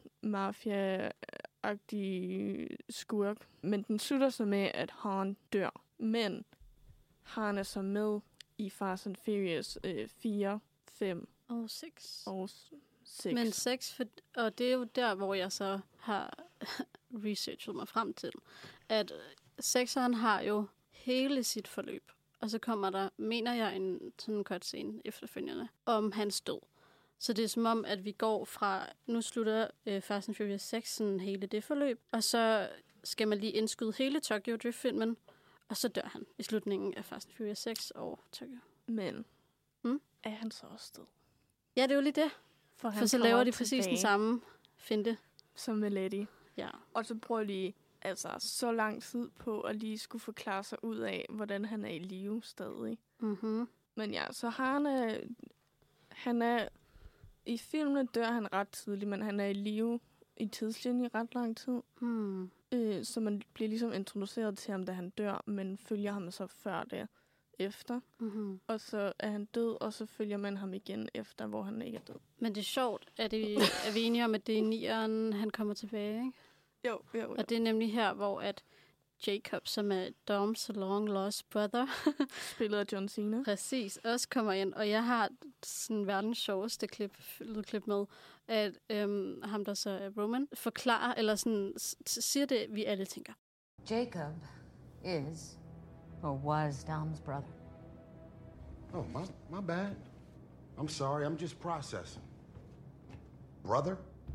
mafia-agtig skurk. Men den slutter så med, at Han dør. Men Han er så med i Fast and Furious 4, 5 og 6. og 6. Men 6, og det er jo der, hvor jeg så har researchet mig frem til, at 6'eren har jo hele sit forløb. Og så kommer der, mener jeg, en sådan cutscene efterfølgende om hans død. Så det er som om, at vi går fra, nu slutter Fast and Furious 6 sådan hele det forløb, og så skal man lige indskyde hele Tokyo Drift-filmen, og så dør han i slutningen af Fast and Furious 6 og Tokyo. Men er han så også død? Ja, det er jo lige det. For så laver de præcis den samme finte. Som med Letty. Ja. Og så bruger de altså så lang tid på at lige skulle forklare sig ud af, hvordan han er i live stadig. Mm-hmm. Men ja, så har han er i filmene dør han ret tidligt, men han er i live i tidslinjen i ret lang tid. Så man bliver ligesom introduceret til ham, da han dør, men følger ham så før det efter. Mm-hmm. Og så er han død, og så følger man ham igen efter, hvor han ikke er død. Men det er sjovt, er vi enige om, at det er 9'eren, han kommer tilbage, ikke? Jo. Og det er nemlig her, hvor at Jacob, som er Doms long lost brother, spillet af John Cena, præcis, også kommer ind. Og jeg har sådan verdens sjoveste lydklip med, at ham, der så er Roman, forklarer, eller sådan siger det, vi alle tænker. Jacob is, or was, Dom's brother. Oh, my bad. I'm sorry, I'm just processing. Brother?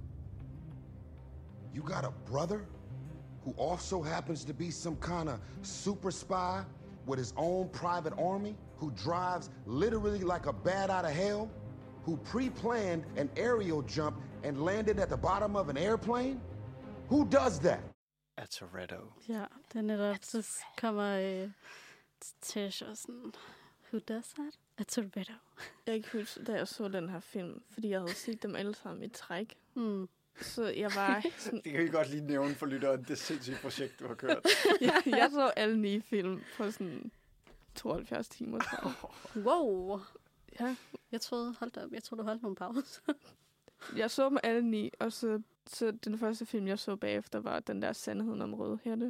You got a brother who also happens to be some kind of super spy with his own private army, who drives literally like a bat out of hell, who pre-planned an aerial jump and landed at the bottom of an airplane? Who does that? A Toretto. Ja, det er netop, så kommer Tish og sådan, who does that? A Toretto. Jeg kan huske, da jeg så den her film, fordi jeg havde set dem alle sammen i træk. Så jeg var sådan... Det kan vi godt lige nævne for lytteren, det sindssyge projekt, du har kørt. jeg så alle 9 film på sådan 72 timer, tror jeg. Wow! Ja. Jeg troede, du holdt nogle pauser. Jeg så dem alle 9, og så den første film, jeg så bagefter, var den der Sandheden om Rødhætte.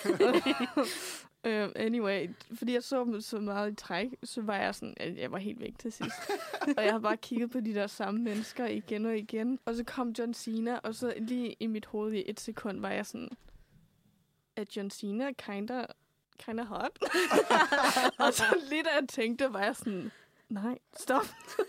Anyway, fordi jeg så dem så meget i træk, så var jeg sådan, at jeg var helt væk til sidst. Og jeg har bare kigget på de der samme mennesker igen og igen. Og så kom John Cena, og så lige i mit hoved i 1 sekund var jeg sådan, at John Cena kinda hot. Og så lige da jeg tænkte, var jeg sådan, nej, stop.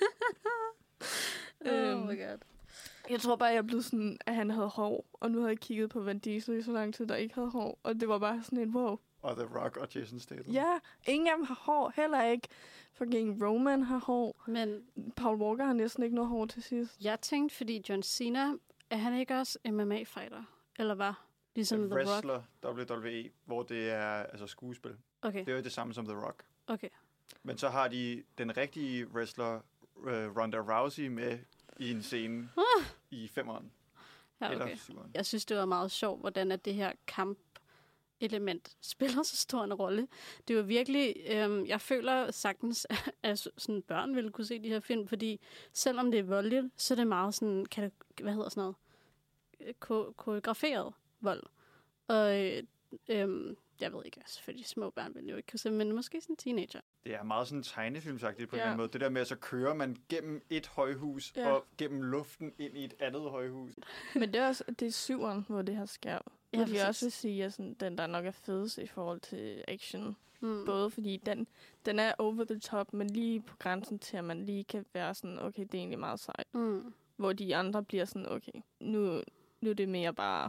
Oh my god. Jeg tror bare, jeg blev sådan, at han havde hår. Og nu havde jeg kigget på Vin Diesel i så lang tid, der ikke havde hår. Og det var bare sådan en wow. Og The Rock og Jason Statham. Ja, ingen af dem har hår. Heller ikke. Fucking Roman har hår. Men Paul Walker har næsten ikke noget hår til sidst. jeg tænkte, fordi John Cena, er han ikke også MMA-fighter? Eller hvad? Ligesom The Rock? Wrestler, WWE, hvor det er altså skuespil. Okay, Det er jo det samme som The Rock. okay. Men så har de den rigtige wrestler, Ronda Rousey, med i en scene i 5'eren. Ja, Eller okay. 7'eren. Jeg synes, det var meget sjovt, hvordan at det her kamp-element spiller så stor en rolle. Det var virkelig, jeg føler sagtens, at sådan børn ville kunne se de her film, fordi selvom det er voldeligt, så er det meget sådan, hvad hedder sådan noget, koreograferet vold. Og jeg ved ikke, selvfølgelig små børn ville jo ikke kunne se, men måske sådan en teenager. Det er meget sådan tegnefilmsagtigt på en Ja. eller anden måde. Det der med, at så kører man gennem et højhus og gennem luften ind i et andet højhus. Men det er også, det er 7'eren, hvor det her sker. Ja, Ja, vil jeg præcis. også vil sige, at sådan, den der nok er fedest i forhold til action. Både fordi den er over the top, men lige på grænsen til, at man lige kan være sådan, okay, det er egentlig meget sejt. Hvor de andre bliver sådan, okay, nu er det mere bare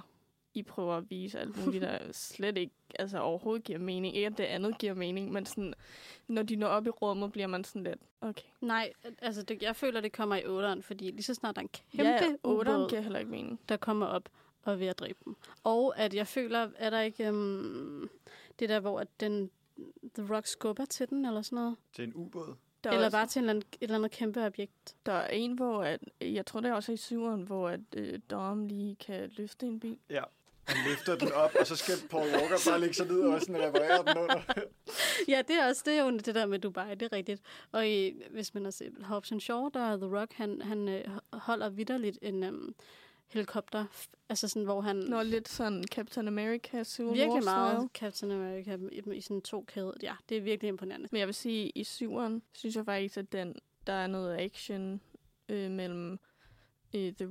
I prøver at vise alt muligt, der slet ikke overhovedet giver mening. Ikke at det andet giver mening, men sådan, når de når op i rummet, bliver man sådan lidt, okay. Nej, altså jeg føler, det kommer i 8'eren, fordi lige så snart der er en kæmpe 8'eren ubåd, giver heller ikke mening. der kommer op og er ved at dræbe dem. Og at jeg føler, er der ikke det der, hvor at The Rock skubber til den, eller sådan noget? Til en ubåd? Eller bare til et eller andet kæmpe objekt. Der er en, hvor jeg tror, det er også i 7'eren, hvor Dom lige kan løfte en bil. Ja, han løfter den op, og så skal Paul Walker bare lægge sig ned og sådan reparere den under. Ja, det er jo det der med Dubai, det er rigtigt. Og hvis man har set Hobbs & Shaw, der er The Rock, han holder vitterligt en helikopter, altså sådan, hvor han... Nå, lidt sådan Captain America, Civil War virkelig meget style. Captain America i sådan 2 kæder. Ja, det er virkelig imponerende. Men jeg vil sige, i 7'eren, synes jeg faktisk, at der er noget action mellem The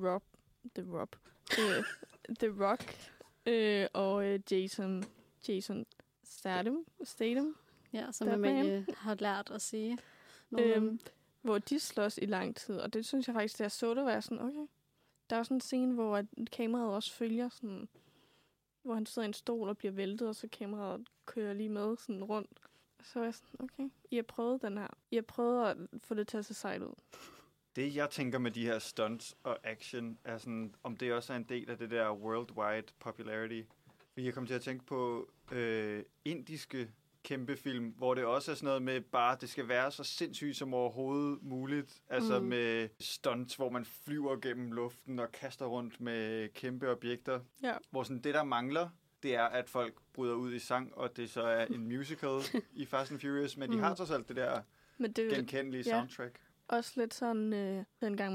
Rock og Jason Statham. Ja, som Amalie har lært at sige. Hvor de slås i lang tid, og det synes jeg faktisk, da jeg så det, var jeg sådan, okay. Der er sådan en scene, hvor kameraet også følger sådan, hvor han sidder i en stol og bliver væltet, og så kameraet kører lige med sådan rundt. Så er jeg sådan, okay, I har prøvet den her. I har prøvet at få det til at se sejt ud. Det, jeg tænker med de her stunts og action, er sådan, om det også er en del af det der worldwide popularity. Vi kan komme til at tænke på indiske kæmpefilm, hvor det også er sådan noget med bare, det skal være så sindssygt som overhovedet muligt. Altså med stunts, hvor man flyver gennem luften og kaster rundt med kæmpe objekter. Ja. Hvor sådan det, der mangler, det er, at folk bryder ud i sang, og det så er en musical i Fast and Furious, men de har trods alt det der genkendelige soundtrack. Også lidt sådan, dengang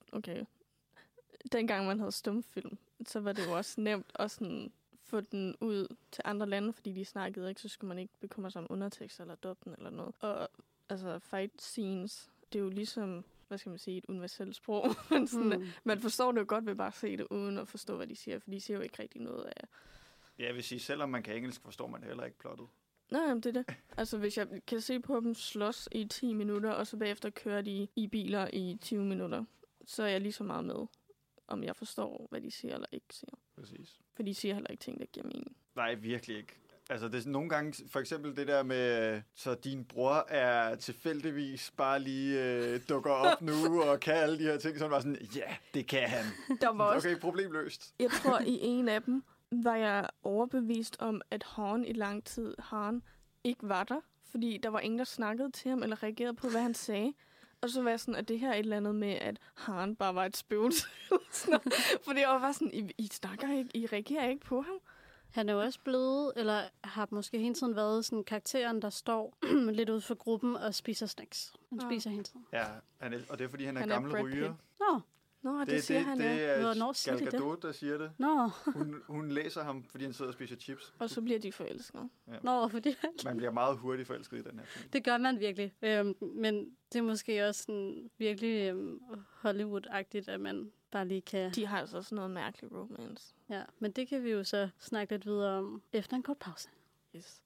man havde stumfilm, så var det jo også nemt at sådan få den ud til andre lande, fordi de snakkede ikke, så skulle man ikke bekymre sig om undertekster eller dubben eller noget. Og altså fight scenes, det er jo ligesom, hvad skal man sige, et universelt sprog. Man forstår det jo godt ved bare at se det, uden at forstå, hvad de siger, for de siger jo ikke rigtig noget af. Ja, jeg vil sige, selvom man kan engelsk, forstår man heller ikke plottet. Nej, det er det. Altså, hvis jeg kan se på dem slås i 10 minutter, og så bagefter kører de i biler i 20 minutter, så er jeg lige så meget med, om jeg forstår, hvad de siger eller ikke siger. Præcis. For de siger heller ikke ting, der giver mening. Nej, virkelig ikke. Altså, det er nogle gange, for eksempel det der med, så din bror er tilfældigvis bare lige dukker op nu, og kan alle de her ting, så var sådan, ja, det kan han. Der var også, okay, problemløst. Jeg tror, i en af dem var jeg overbevist om, at Han i lang tid, ikke var der, fordi der var ingen, der snakkede til ham, eller reagerede på, hvad han sagde. Og så var jeg sådan, at det her er et eller andet med, at Han bare var et spøgelse. Fordi jeg var bare sådan, I snakker ikke, I reagerer ikke på ham. Han er jo også blevet, eller har måske hele tiden været sådan karakteren, der står lidt ude for gruppen og spiser snacks. Han spiser hele tiden. Ja, og det er fordi, han er gammel ryger. Nå, det siger han, ja. Det er Hvornår siger Gal Gadot, der siger det. Nå. Hun læser ham, fordi han sidder og spiser chips. Og så bliver de forelskede. Ja. Nå, fordi man bliver meget hurtigt forelsket i den her film. Det gør man virkelig. Men det er måske også sådan virkelig Hollywood-agtigt, at man bare lige kan... De har altså sådan noget mærkeligt romance. Ja, men det kan vi jo så snakke lidt videre om efter en kort pause. Yes.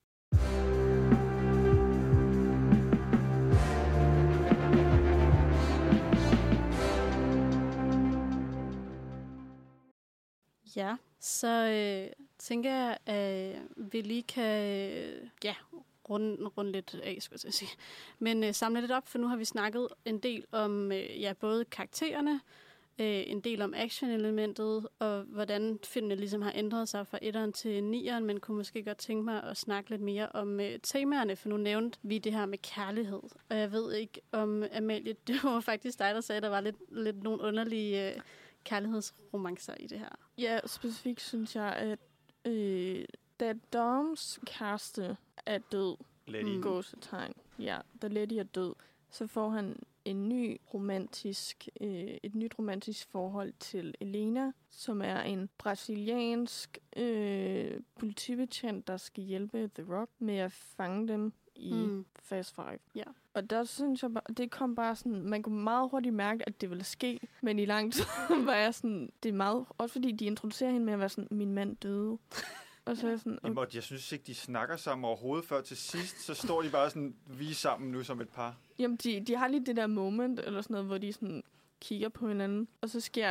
Ja, så tænker jeg, at vi lige kan runde lidt af, skulle jeg sige. Men samle lidt op, for nu har vi snakket en del om både karaktererne, en del om action-elementet, og hvordan filmene ligesom har ændret sig fra 1'eren til 9'eren, men kunne måske godt tænke mig at snakke lidt mere om temaerne, for nu nævnte vi det her med kærlighed. Og jeg ved ikke om, Amalie, det var faktisk dig, der sagde, at der var lidt nogle underlige kærlighedsromancer i det her. Ja, specifikt synes jeg, at da Doms kæreste er død, gåsetegn, ja, da Letty er død, så får han et nyt romantisk forhold til Elena, som er en brasiliansk politibetjent, der skal hjælpe The Rock med at fange dem i Fast 5. Ja. Og der synes jeg bare, det kom bare sådan, man kunne meget hurtigt mærke, at det ville ske, men i lang tid var jeg sådan, det er meget, også fordi de introducerer hende med at være sådan, min mand døde. Og så er jeg sådan, okay. Jeg synes ikke, de snakker sammen overhovedet før til sidst, så står de bare sådan, vi er sammen nu som et par. Jamen, de har lige det der moment, eller sådan noget, hvor de sådan kigger på hinanden, og så sker det,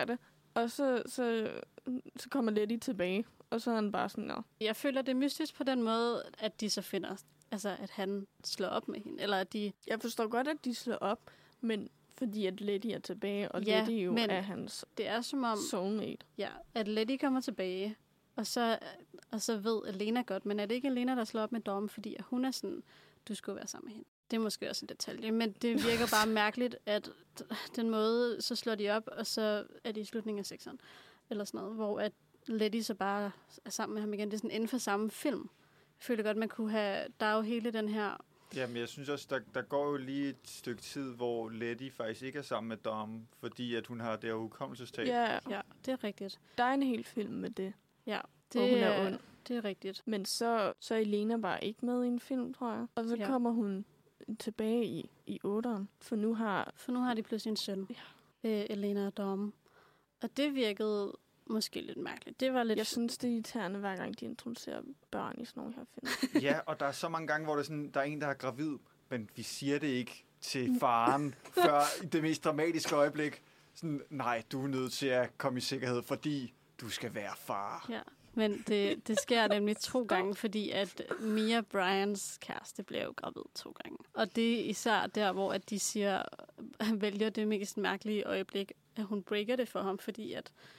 Og så kommer Letty tilbage, og så er han bare sådan, nå. Jeg føler, det er mystisk på den måde, at de så finder, altså at han slår op med hende, eller at de... Jeg forstår godt, at de slår op, men fordi at Letty er tilbage, og Letty jo er hans det er som om, soulmate. Ja, at Letty kommer tilbage, og så ved Elena godt, men er det ikke Elena, der slår op med Dom, fordi hun er sådan, du skulle være sammen med hende. Det er måske også en detalje, men det virker bare mærkeligt, at den måde, så slår de op, og så er det i slutningen af sexeren, eller sådan noget, hvor at Letty så bare er sammen med ham igen. Det er sådan inden for samme film. Jeg føler godt, man kunne have... Der er jo hele den her... Jamen, jeg synes også, der går jo lige et stykke tid, hvor Letty faktisk ikke er sammen med Dom, fordi at hun har det her hukommelsestab. Ja, det er rigtigt. Der er en hel film med det. Ja, hvor hun er ond. Det er rigtigt. Men så er Elena bare ikke med i en film, tror jeg. Og så kommer hun tilbage i 8'eren. For nu har de pludselig en søn. Ja. Elena og Dom. Og det virkede måske lidt mærkeligt. Det var lidt... Jeg synes, det er irriterende, hver gang de introducerer børn i sådan nogle her film. Ja, og der er så mange gange, hvor der er en, der er gravid, men vi siger det ikke til faren før i det mest dramatiske øjeblik. Sådan, nej, du er nødt til at komme i sikkerhed, fordi du skal være far. Ja, men det sker nemlig 2 gange, fordi at Mia Bryans kæreste bliver jo gravid 2 gange. Og det er især der, hvor at de siger, han vælger det mest mærkelige øjeblik, at hun breaker det for ham, fordi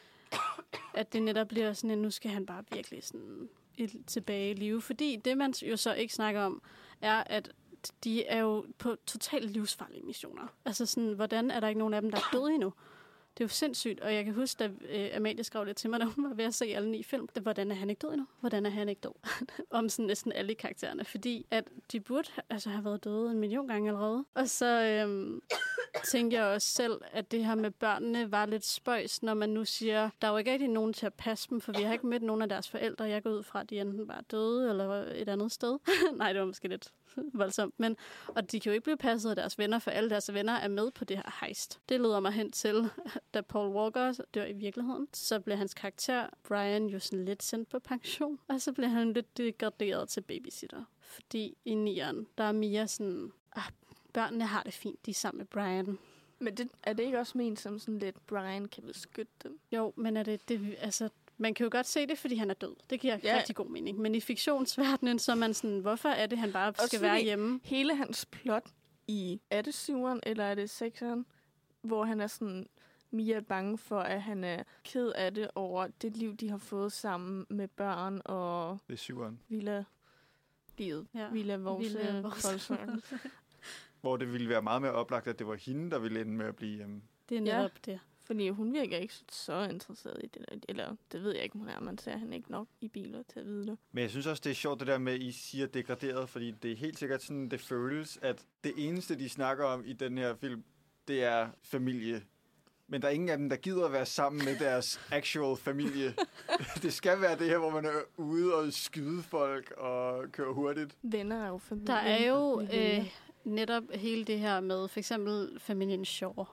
at det netop bliver sådan, at nu skal han bare virkelig sådan tilbage i live. Fordi det, man jo så ikke snakker om, er, at de er jo på totalt livsfarlige missioner. Altså sådan, hvordan er der ikke nogen af dem, der er døde endnu? Det er jo sindssygt, og jeg kan huske, da Amalie skrev det til mig, da hun var ved at se alle 9 film. Hvordan er han ikke død endnu? Hvordan er han ikke død? Om sådan næsten alle karaktererne. Fordi at de burde have været døde 1 million gange allerede. Og så tænker jeg også selv, at det her med børnene var lidt spøjs, når man nu siger, der er jo ikke rigtig nogen til at passe dem, for vi har ikke mødt nogen af deres forældre. Jeg går ud fra, at de enten bare døde eller et andet sted. Nej, det var måske lidt voldsomt. Og de kan jo ikke blive passet af deres venner, for alle deres venner er med på det her heist. Det leder mig hen til, da Paul Walker dør i virkeligheden, så bliver hans karakter, Brian, jo sådan lidt sendt på pension, og så bliver han lidt degraderet til babysitter. Fordi i 9'eren, der er Mia sådan, børnene har det fint, de er sammen med Brian. Men er det ikke også ment som sådan lidt, Brian kan beskytte dem? Jo, men er det altså... Man kan jo godt se det, fordi han er død. Det giver rigtig god mening. Men i fiktionsverdenen, så er man sådan, hvorfor er det, han bare skal være hjemme? Hele hans plot er det 7'eren, eller er det 6'eren, hvor han er sådan, Mia er bange for, at han er ked af det over det liv, de har fået sammen med børn og... Det er 7'eren. Villa-livet. Ja. Villa Volkswagen. Hvor det ville være meget mere oplagt, at det var hende, der ville ende med at blive hjemme. Det er netop det. Fordi hun virker ikke så interesseret i det. Eller det ved jeg ikke, hun er. Man ser hende ikke nok i biler til at vide det. Men jeg synes også, det er sjovt det der med, at I siger degraderet, fordi det er helt sikkert sådan, det føles, at det eneste, de snakker om i den her film, det er familie. Men der er ingen af dem, der gider at være sammen med deres actual familie. Det skal være det her, hvor man er ude og skyde folk og køre hurtigt. Venner er jo familie. Der er jo netop hele det her med for eksempel familien Shaw.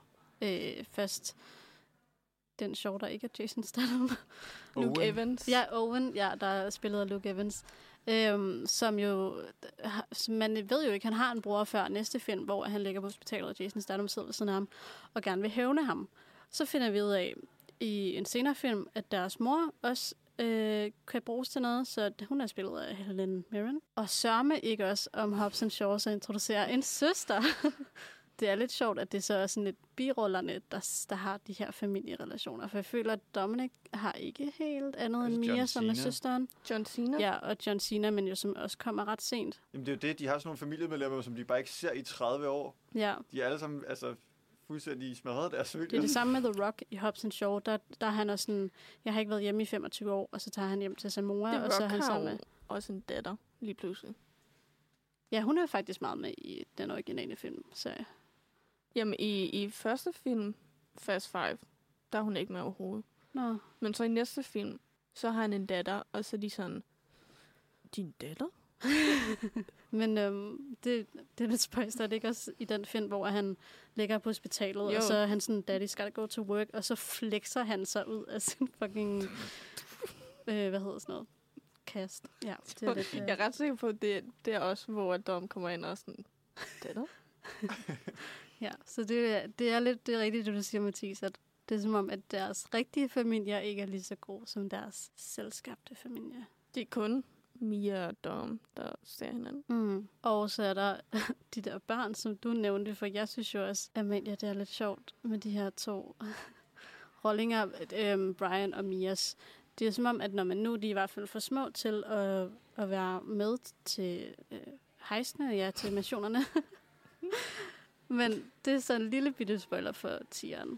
Først den Shaw, der ikke er Jason Statham. Luke Evans. Ja, Owen, der spillede Luke Evans. Som jo, man ved jo ikke, han har en bror før næste film, hvor han ligger på hospitalet, og Jason Statham sidder ved siden af ham, og gerne vil hævne ham. Så finder vi ud af i en senere film, at deres mor også kan bruges til noget, så hun er spillet af Helen Mirren. Og sørme ikke også om Hobbs & Shaw så introducerer en søster. Det er lidt sjovt, at det så er sådan lidt birollerne, der har de her familierelationer. For jeg føler, at Dominic har ikke helt andet end Mia, som er søsteren. John Cena. Ja, og John Cena, men jo som også kommer ret sent. Jamen det er jo det, de har sådan nogle familiemedlemmer, som de bare ikke ser i 30 år. Ja. De er alle sammen fuldstændig smadret deres familie. Det er det samme med The Rock i Hobbs & Shaw. Der er han også sådan, jeg har ikke været hjemme i 25 år, og så tager han hjem til Samoa, og så er han sammen med... også en datter, lige pludselig. Ja, hun er faktisk meget med i den originale film, så... Jamen, i første film, Fast Five, der er hun ikke med overhovedet. Nå. Men så i næste film, så har han en datter, og så er de sådan, din datter? Men det er lidt spøjst, er det ikke også i den film, hvor han ligger på hospitalet, og så er han sådan, daddy's gotta go to work, og så flexer han sig ud af sin fucking, hvad hedder sådan noget, kast. Ja, det er lidt, Jeg er ret sikker på, at det er også, hvor Dom kommer ind og sådan, datter? Ja, så det er lidt det rigtige, det du siger, Mathis, at Det er som om, at deres rigtige familier ikke er lige så gode som deres selvskabte familie. Det er kun Mia og Dom, der ser hinanden. Og så er der de der børn, som du nævnte, for jeg synes jo også, Amalie, det er lidt sjovt med de her to rollinger, Brian og Mias. Det er som om, at når man nu, de er i hvert fald for små til at være med til hejsene, ja, til missionerne. Men det er så en lille bitte spoiler for 10'eren.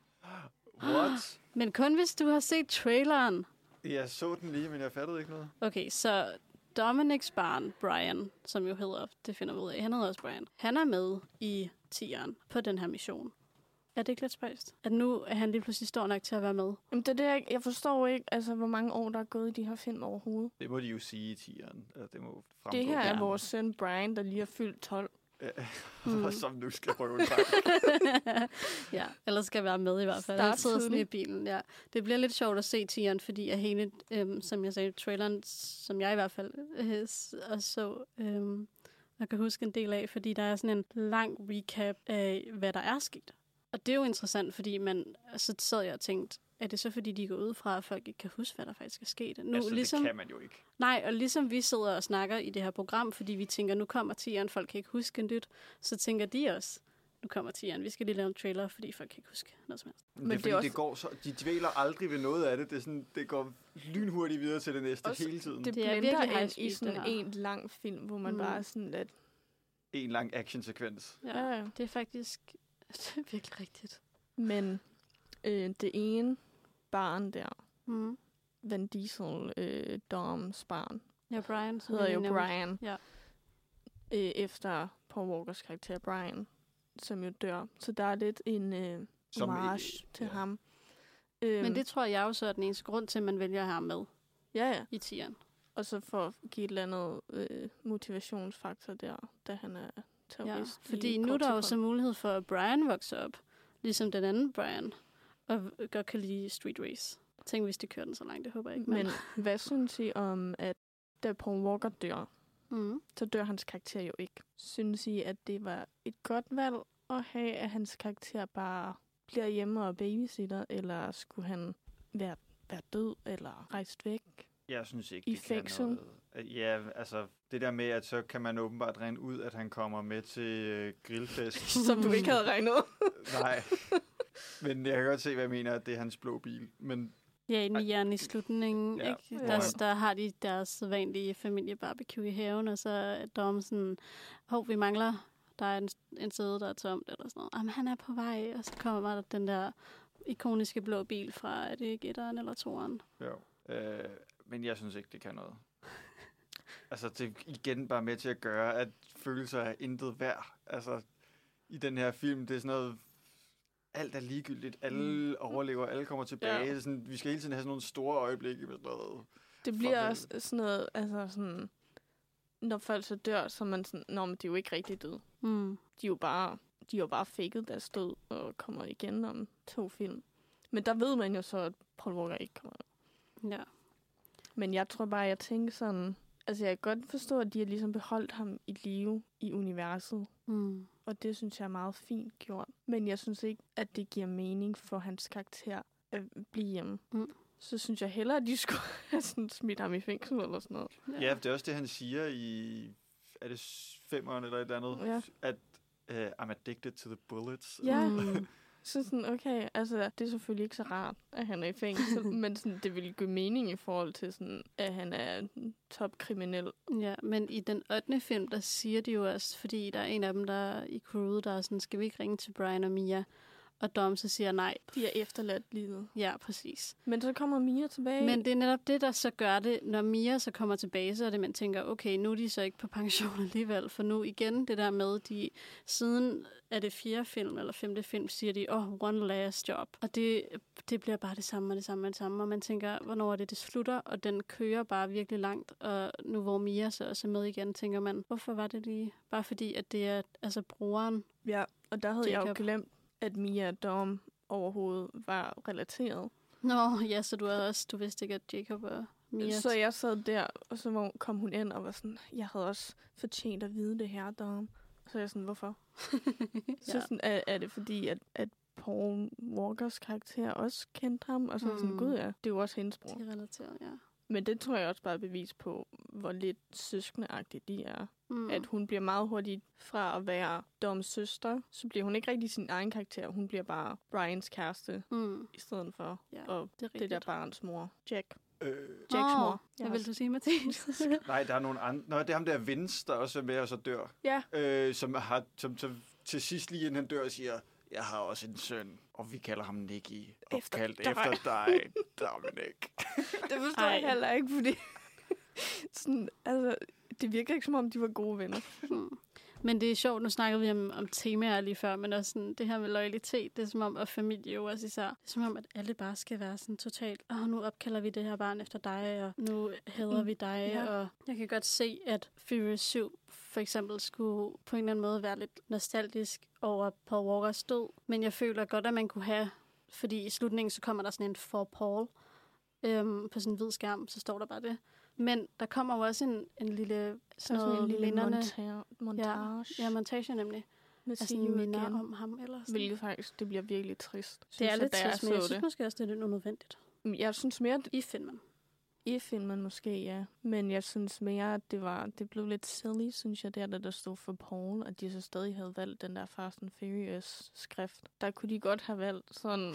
What? Men kun hvis du har set traileren. Jeg så den lige, men jeg fattede ikke noget. Okay, så Dominics barn, Brian, som jo hedder, det finder vi ud af, han hedder også Brian. Han er med i 10'eren på den her mission. Er det ikke lidt spøjst? At nu er han lige pludselig stor nok til at være med? Jamen, det er det, jeg forstår ikke, altså, hvor mange år, der er gået i de her film overhovedet. Det må de jo sige i 10'eren. Altså, det må fremgå. Det her er vores søn Brian, der lige er fyldt 12. Som nu skal prøve en sang. Ja, ellers skal være med i hvert fald. Han sidder sådan i bilen, ja. Det bliver lidt sjovt at se 10'eren, fordi at hele, som jeg sagde, traileren, som jeg i hvert fald så, jeg kan huske en del af, fordi der er sådan en lang recap af, hvad der er sket. Og det er jo interessant, fordi så sad jeg og tænkte, er det så fordi, de går ud fra, at folk ikke kan huske, hvad der faktisk er sket? Nu, altså, ligesom, det kan man jo ikke. Nej, og ligesom vi sidder og snakker i det her program, fordi vi tænker, nu kommer 10'eren, folk kan ikke huske en dyt, så tænker de også, nu kommer 10'eren, vi skal lige lave en trailer, fordi folk kan ikke huske noget som helst. Men det er fordi, det går så, de dvæler aldrig ved noget af det. Det er sådan, det går lynhurtigt videre til det næste også, hele tiden. Det er blender virkelig ind i sådan en lang film, hvor man bare er sådan lidt... En lang actionsekvens. Ja, det er faktisk det er virkelig rigtigt. Men det ene barn der, Vin Diesel, Doms barn, ja, Brian, hedder jo Brian. Ja. Efter Paul Walkers karakter Brian, som jo dør. Så der er lidt en homage til ham. Men det tror jeg også er den eneste grund til, at man vælger ham med i 10'eren. Og så for at give et eller andet motivationsfaktor der, da han er terrorist. Ja, fordi nu er der jo så mulighed for, at Brian vokser op, ligesom den anden Brian, og godt kan lide Street Race. Tænk, hvis de kører den så langt, det håber jeg ikke. Men hvad synes I om, at da Paul Walker dør, så dør hans karakter jo ikke. Synes I, at det var et godt valg at have, at hans karakter bare bliver hjemme og babysitter, eller skulle han være død, eller rejst væk? Jeg synes ikke, i det kan fængsel. noget. Ja, altså det der med, at så kan man åbenbart regne ud, at han kommer med til grillfest. Som du ikke havde regnet ud. Nej, men jeg kan godt se, hvad jeg mener, at det er hans blå bil. Men ja, i 9'eren i slutningen, ja. ikke? Der har de deres sædvanlige familiebarbecue i haven, og så er Dom sådan, vi mangler, der er en sæde, der er tomt, eller sådan noget. Jamen, han er på vej, og så kommer der den der ikoniske blå bil fra, er det ikke 1'eren eller 2'eren? Jo, men jeg synes ikke, det kan noget. Altså, det er igen bare med til at gøre, at følelser er intet værd. Altså, i den her film, det er sådan noget, alt er ligegyldigt, alle overlever, alle kommer tilbage. Ja. Det er sådan, vi skal hele tiden have sådan nogle store øjeblikke med noget. Det bliver også sådan noget, altså sådan, når folk så dør, så er man sådan, men de er jo ikke rigtig døde. De er jo bare faked deres død og kommer igen om 2 film. Men der ved man jo så, at Paul Walker ikke kommer. Ja. Men jeg tror bare, jeg tænker sådan, altså jeg kan godt forstå, at de har ligesom beholdt ham i live i universet. Og det synes jeg er meget fint gjort. Men jeg synes ikke, at det giver mening for hans karakter at blive hjemme. Så synes jeg hellere, at de skulle have sådan smidt ham i fængsel eller sådan noget. Ja, det er også det, han siger i, er det 5'eren eller et andet, at I'm addicted to the bullets. Ja, så sådan, okay, altså det er selvfølgelig ikke så rart, at han er i fængsel, men sådan, det ville give mening i forhold til, sådan, at han er en topkriminel. Ja, men i den 8. film, der siger de jo også, fordi der er en af dem, der i crewet, der er sådan, skal vi ikke ringe til Brian og Mia? Og Dom så siger nej. De er efterladt livet. Ja, præcis. Men så kommer Mia tilbage. Men det er netop det, der så gør det, når Mia så kommer tilbage, så er det, man tænker, okay, nu er de så ikke på pension alligevel, for nu igen det der med, de siden er det 4. film eller 5. film, siger de, one last job. Og det bliver bare det samme og det samme og det samme, og man tænker, hvornår er det slutter, og den kører bare virkelig langt, og nu hvor Mia så også er med igen, tænker man, hvorfor var det lige? Bare fordi, at det er altså brugeren. Ja, og der havde Jacob. jeg jo glemt, at Mia og Dom overhovedet var relateret. Nå, ja, så du vidste ikke, at Jacob og Mia... Så jeg sad der, og så kom hun ind og var sådan, jeg havde også fortjent at vide det her, Dom. Så jeg sådan, hvorfor? Så sådan, er det fordi, at Paul Walkers karakter også kendte ham, og så sådan, gud ja, det er jo også hendes bror. De er relateret, ja. Men det tror jeg også bare er bevis på, hvor lidt søskendeagtige de er. At hun bliver meget hurtigt fra at være Doms søster, så bliver hun ikke rigtig sin egen karakter. Hun bliver bare Brians kæreste, i stedet for og det der barns mor. Jacks mor. Hvad vil du sige, Mathias? Nej, der er nogle andre. Nå, det er ham der Vince, der også er med og så dør. Ja. Som til sidst lige inden han dør siger, jeg har også en søn, og vi kalder ham Nicky. Opkaldt efter dig, Dominic. Det forstår jeg heller ikke, fordi sådan, altså, det virker ikke som om, de var gode venner. Men det er sjovt, nu snakkede vi om temaer lige før, men også sådan, det her med loyalitet, det er som om, og familie jo også især, det er som om, at alle bare skal være sådan totalt, nu opkalder vi det her barn efter dig, og nu hæder vi dig, og jeg kan godt se, at Furious 7 for eksempel skulle på en eller anden måde være lidt nostalgisk over Paul Walkers død, men jeg føler godt, at man kunne have, fordi i slutningen, så kommer der sådan en for Paul på sådan en hvid skærm, så står der bare det. Men der kommer jo også en lille sådan en lille montage. Ja, montage nemlig. Med sådan minder om ham. Eller sådan. Hvilket faktisk, det bliver virkelig trist. Det er lidt trist, men jeg synes måske også, det er lidt unødvendigt. Jeg synes mere... I filmen. I filmen måske, ja. Men jeg synes mere, at det blev lidt silly, synes jeg, der stod for Paul, at de så stadig havde valgt den der Fast and Furious-skrift. Der kunne de godt have valgt sådan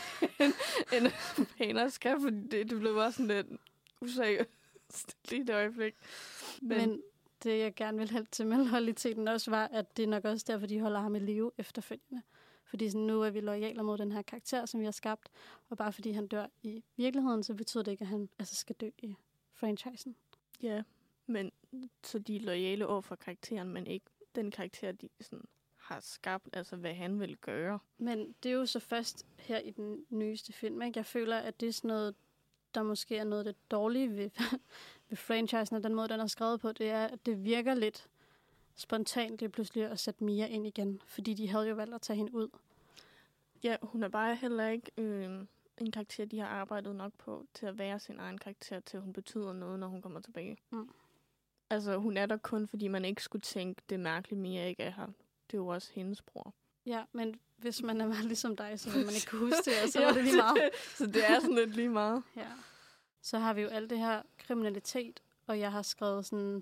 en pænere skrift, fordi det blev bare sådan lidt useriøst lige et øjeblik. Men det, jeg gerne vil have til med loyaliteten også, var, at det er nok også derfor, de holder ham i live efterfølgende. Fordi sådan, nu er vi loyale mod den her karakter, som vi har skabt, og bare fordi han dør i virkeligheden, så betyder det ikke, at han skal dø i franchisen. Ja, men så de er loyale over for karakteren, men ikke den karakter, de sådan har skabt, altså hvad han vil gøre. Men det er jo så først her i den nyeste film, ikke? Jeg føler, at det er sådan noget, der måske er noget af det dårlige ved franchisen, og den måde, den er skrevet på, det er, at det virker lidt spontant lige pludselig at sætte Mia ind igen, fordi de havde jo valgt at tage hende ud. Ja, hun er bare heller ikke en karakter, de har arbejdet nok på til at være sin egen karakter, til hun betyder noget, når hun kommer tilbage. Altså, hun er der kun, fordi man ikke skulle tænke, det er mærkeligt, Mia ikke er her. Det er jo også hendes bror. Ja, men hvis man er meget ligesom dig, så vil man ikke kunne huske det, og så er det lige meget. Så det er sådan lidt lige meget. Ja. Så har vi jo alt det her kriminalitet, og jeg har skrevet sådan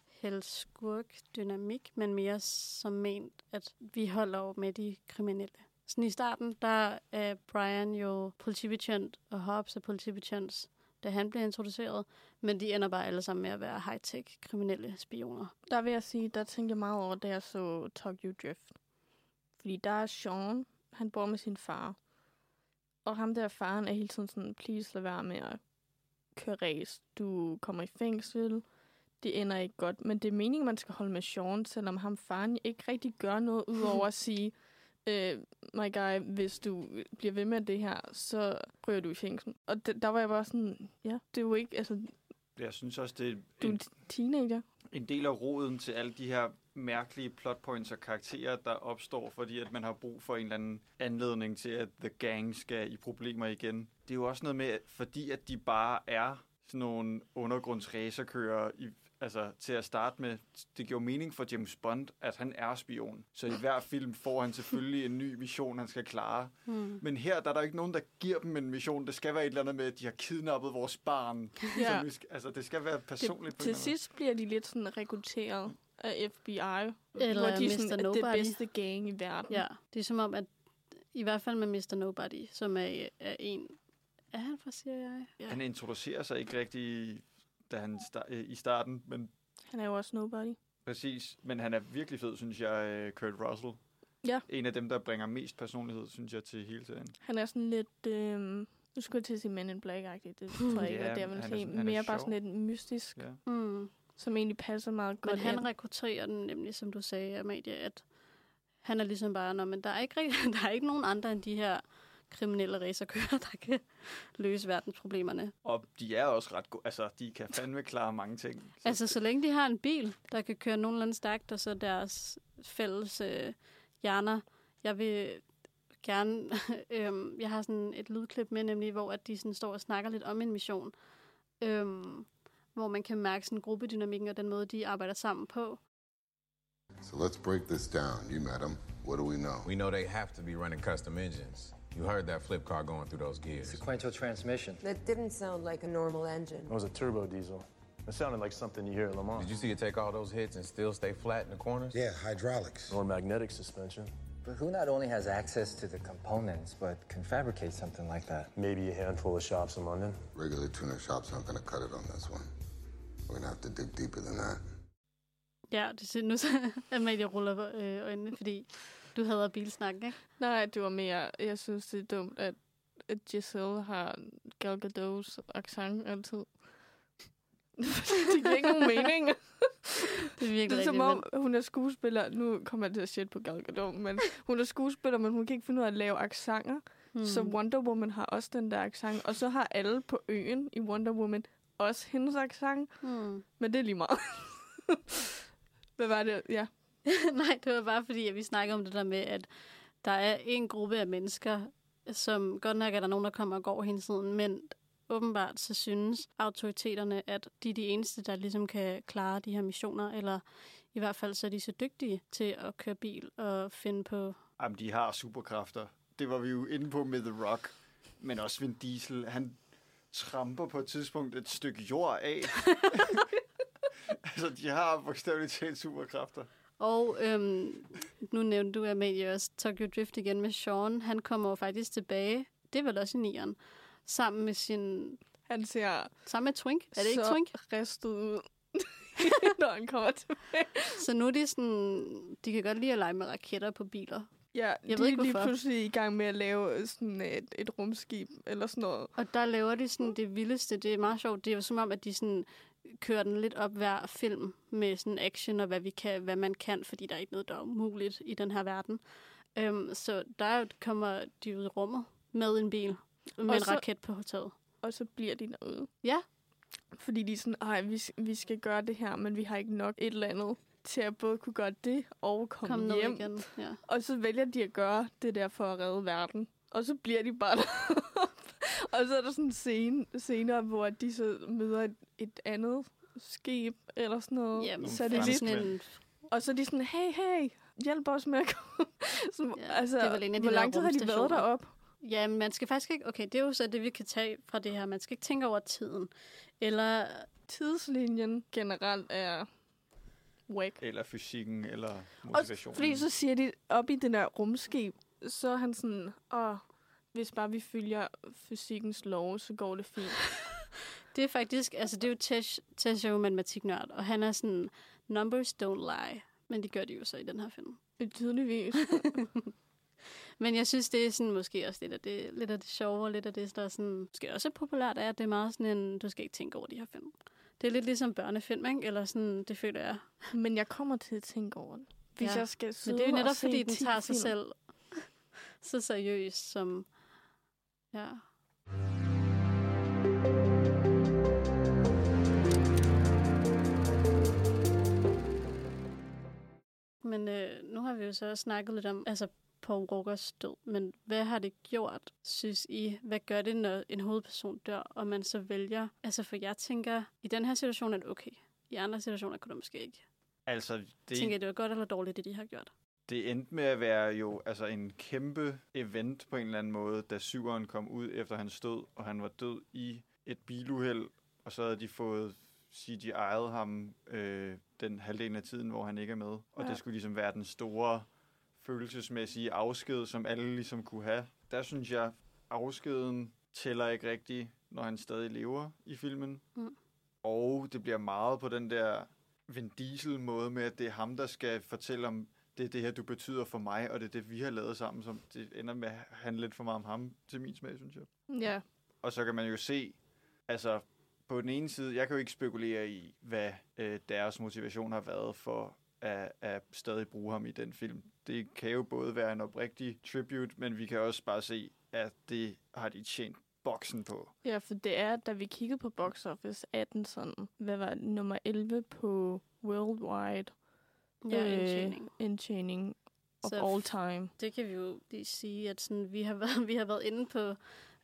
helt-skurk-dynamik, men mere som ment, at vi holder over med de kriminelle. Sådan i starten, der er Brian jo politibetjent, og Hobbs er politibetjent, da han blev introduceret, men de ender bare alle sammen med at være high-tech kriminelle spioner. Der vil jeg sige, der tænkte jeg meget over, da jeg så Tokyo Drift. Fordi der er Sean, han bor med sin far, og ham der faren er hele tiden sådan, please lad være med at køre race. Du kommer i fængsel, det ender ikke godt. Men det er meningen, man skal holde med Sean, selvom ham faren ikke rigtig gør noget, udover at sige, my guy, hvis du bliver ved med det her, så ryger du i fængsel. Og der var jeg bare sådan, ja, det er jo ikke, altså... Jeg synes også, det er... Du er teenager. En del af roden til alle de her mærkelige plotpoints og karakterer, der opstår, fordi at man har brug for en eller anden anledning til, at The Gang skal i problemer igen. Det er jo også noget med, fordi at de bare er sådan nogle undergrundsracerkører til at starte med. Det giver mening for James Bond, at han er spion. Så i hver film får han selvfølgelig en ny mission, han skal klare. Men her der er der ikke nogen, der giver dem en mission. Det skal være et eller andet med, at de har kidnappet vores barn. Ja. Det skal være personligt. Til sidst bliver de lidt sådan rekrutteret af FBI. Eller hvor de Mr. sådan, Nobody. Det bedste gang i verden. Ja, det er som om, at i hvert fald med Mr. Nobody, som er en... Er han fra CIA? Ja. Han introducerer sig ikke rigtig da han i starten, men... Han er jo også Nobody. Præcis, men han er virkelig fed, synes jeg, Kurt Russell. Ja. En af dem, der bringer mest personlighed, synes jeg, til hele serien. Han er sådan lidt... nu skulle jeg til at sige Men in Black-agtigt. Det tror jeg ikke, at det jeg vil sige. Mere bare sådan lidt mystisk. Ja. Som egentlig passer meget godt. Men han rekrutterer den nemlig, som du sagde, Amalie, at han er ligesom bare... men der er ikke nogen andre end de her kriminelle racerkører, der kan løse verdensproblemerne. Og de er også ret gode. Altså, de kan fandme klare mange ting. Så længe de har en bil, der kan køre nogenlunde stærkt, og så deres fælles hjerner. Jeg vil gerne... jeg har sådan et lydklip med, nemlig, hvor at de sådan står og snakker lidt om en mission. Hvor man kan mærke sådan gruppedynamikken og den måde, de arbejder sammen på. So let's break this down. You met them. What do we know? We know they have to be running custom engines. You heard that flip car going through those gears. Sequential transmission. That didn't sound like a normal engine. It was a turbo diesel. It sounded like something you hear at Le Mans. Did you see it take all those hits and still stay flat in the corners? Yeah, hydraulics. Or magnetic suspension. But who not only has access to the components, but can fabricate something like that? Maybe a handful of shops in London. Regular tuner shops aren't gonna cut it on this one. We're gonna have to dig deeper than that. Ja, nu så Amalie ruller øjnene, fordi du hader bilsnakken, ikke? Nej, det var mere... Jeg synes, det er dumt, at Giselle har Gal Gadot's accent altid. Det giver ikke nogen mening. Det er virkelig Det er som rigtigt, om, hun er skuespiller. Nu kommer jeg til at shit på Gal Gadot, men hun er skuespiller, men hun kan ikke finde ud af at lave accenter. Så Wonder Woman har også den der accent. Og så har alle på øen i Wonder Woman også hendes accent. Men det er lige meget. Hvad var det? Ja. Nej, det var bare fordi, at vi snakker om det der med, at der er en gruppe af mennesker, som godt nok er der nogen, der kommer og går hele tiden, men åbenbart så synes autoriteterne, at de er de eneste, der ligesom kan klare de her missioner, eller i hvert fald så er de så dygtige til at køre bil og finde på... Jamen, de har superkræfter. Det var vi jo inde på med The Rock, men også Vin Diesel. Han tramper på et tidspunkt et stykke jord af. Altså, de har bogstaveligt talt superkræfter. Og nu nævnte du, Amalie, også Tokyo Drift igen med Sean. Han kommer jo faktisk tilbage. Det er vel også i 9'eren. Sammen med sin... Han ser... Sammen med Twink. Er det ikke så Twink? Ristet ud, når han kommer tilbage. Så nu er de sådan... De kan godt lide at lege med raketter på biler. Ja, Jeg de ved ikke, er lige hvorfor. pludselig i gang med at lave sådan et rumskib eller sådan noget. Og der laver de sådan det vildeste. Det er meget sjovt. Det er jo som om, at de sådan kører den lidt op hver film med sådan action og hvad man kan, fordi der er ikke noget, der er umuligt i den her verden. Så der kommer de ud i rummet med en bil med en raket på hotellet. Og så bliver de derude. Ja. Fordi de er sådan, ej, vi skal gøre det her, men vi har ikke nok et eller andet til at både kunne gøre det og komme hjem. Igen. Ja. Og så vælger de at gøre det der for at redde verden. Og så bliver de bare deroppe. Og så er der sådan en scene senere, hvor de så møder et andet skib eller sådan noget. Jamen, så er det lidt sådan en... Og så er de sådan, hey, hjælp os med at komme. Så, Ja, altså, det er vel en af de hvor lang tid der har de været rumstationer. deroppe? Ja, men man skal faktisk ikke... Okay, det er jo så det, vi kan tage fra det her. Man skal ikke tænke over tiden. Eller... Tidslinjen generelt er whack. Eller fysikken, eller motivationen. Fordi så siger de, op i den der rumskib, så er han sådan, hvis bare vi følger fysikkens lov, så går det fint. Det er faktisk... Altså, det er jo Tesh er jo matematiknørd, og han er sådan... Numbers don't lie. Men det gør de jo så i den her film. Tydeligvis. Men jeg synes, det er sådan måske også lidt af det sjove, og lidt af det, der er sådan, måske også er populært, er, at det er meget sådan en, du skal ikke tænke over de her film. Det er lidt ligesom børnefilm, ikke? Eller sådan, det føler jeg. Men jeg kommer til at tænke over det. Hvis jeg skal sidde Men det er jo netop, og se fordi den 10 tager sig film. selv så seriøst, som... Ja. Men nu har vi jo så snakket lidt om Paul Walkers død, men hvad har det gjort, synes I? Hvad gør det, når en hovedperson dør, og man så vælger? Altså, for jeg tænker, i den her situation er det okay. I andre situationer kunne det måske ikke. Altså, Tænker I, det var godt eller dårligt, det de har gjort? Det endte med at være jo altså en kæmpe event på en eller anden måde, da 7'eren kom ud efter hans død, og han var død i et biluheld, og så havde de fået CGI'et ham den halvdelen af tiden, hvor han ikke er med. Og det skulle ligesom være den store følelsesmæssige afsked, som alle ligesom kunne have. Der synes jeg, afskeden tæller ikke rigtigt, når han stadig lever i filmen. Og det bliver meget på den der Vin Diesel-måde med, at det er ham, der skal fortælle om, det er det her, du betyder for mig, og det er det, vi har lavet sammen. Som det ender med at handle lidt for meget om ham til min smag, synes jeg. Ja. Og så kan man jo se, altså på den ene side, jeg kan jo ikke spekulere i, hvad deres motivation har været for at stadig bruge ham i den film. Det kan jo både være en oprigtig tribute, men vi kan også bare se, at det har de tjent boksen på. Ja, for det er, da vi kiggede på box office, 18 sådan, hvad var det, nummer 11 på worldwide indtjening of Så all time. Det kan vi jo lige sige, at sådan, vi har været inde på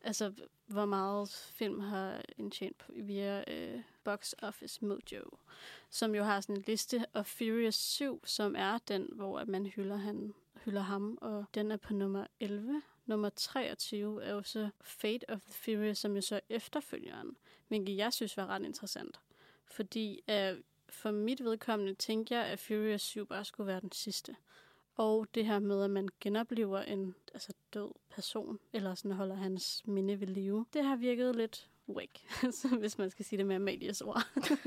altså, hvor meget film har indtjent via Box Office Mojo, som jo har sådan en liste, og Furious 7, som er den, hvor man hylder ham, og den er på nummer 11. Nummer 23 er jo så Fate of the Furious, som jo så er efterfølgeren, hvilket jeg synes var ret interessant. Fordi for mit vedkommende tænkte jeg, at Furious 7 bare skulle være den sidste. Og det her med, at man genoplever en død person, eller sådan holder hans minde ved live, det har virket lidt whack, hvis man skal sige det med Amalias ord.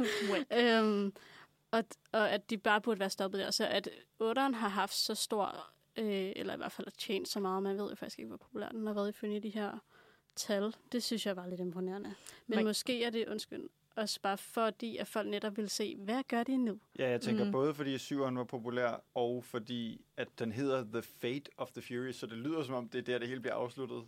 Og at de bare burde være stoppet der. Så at 8'eren har haft så stor, eller i hvert fald tjent så meget, man ved jo faktisk ikke, hvor populær den har været ifølge de her tal. Det synes jeg var lidt imponerende. Men måske er det, også bare fordi, at folk netop vil se, hvad gør de nu? Ja, jeg tænker både fordi 7'eren var populær, og fordi at den hedder The Fate of the Furious, så det lyder som om, det er der, det hele bliver afsluttet.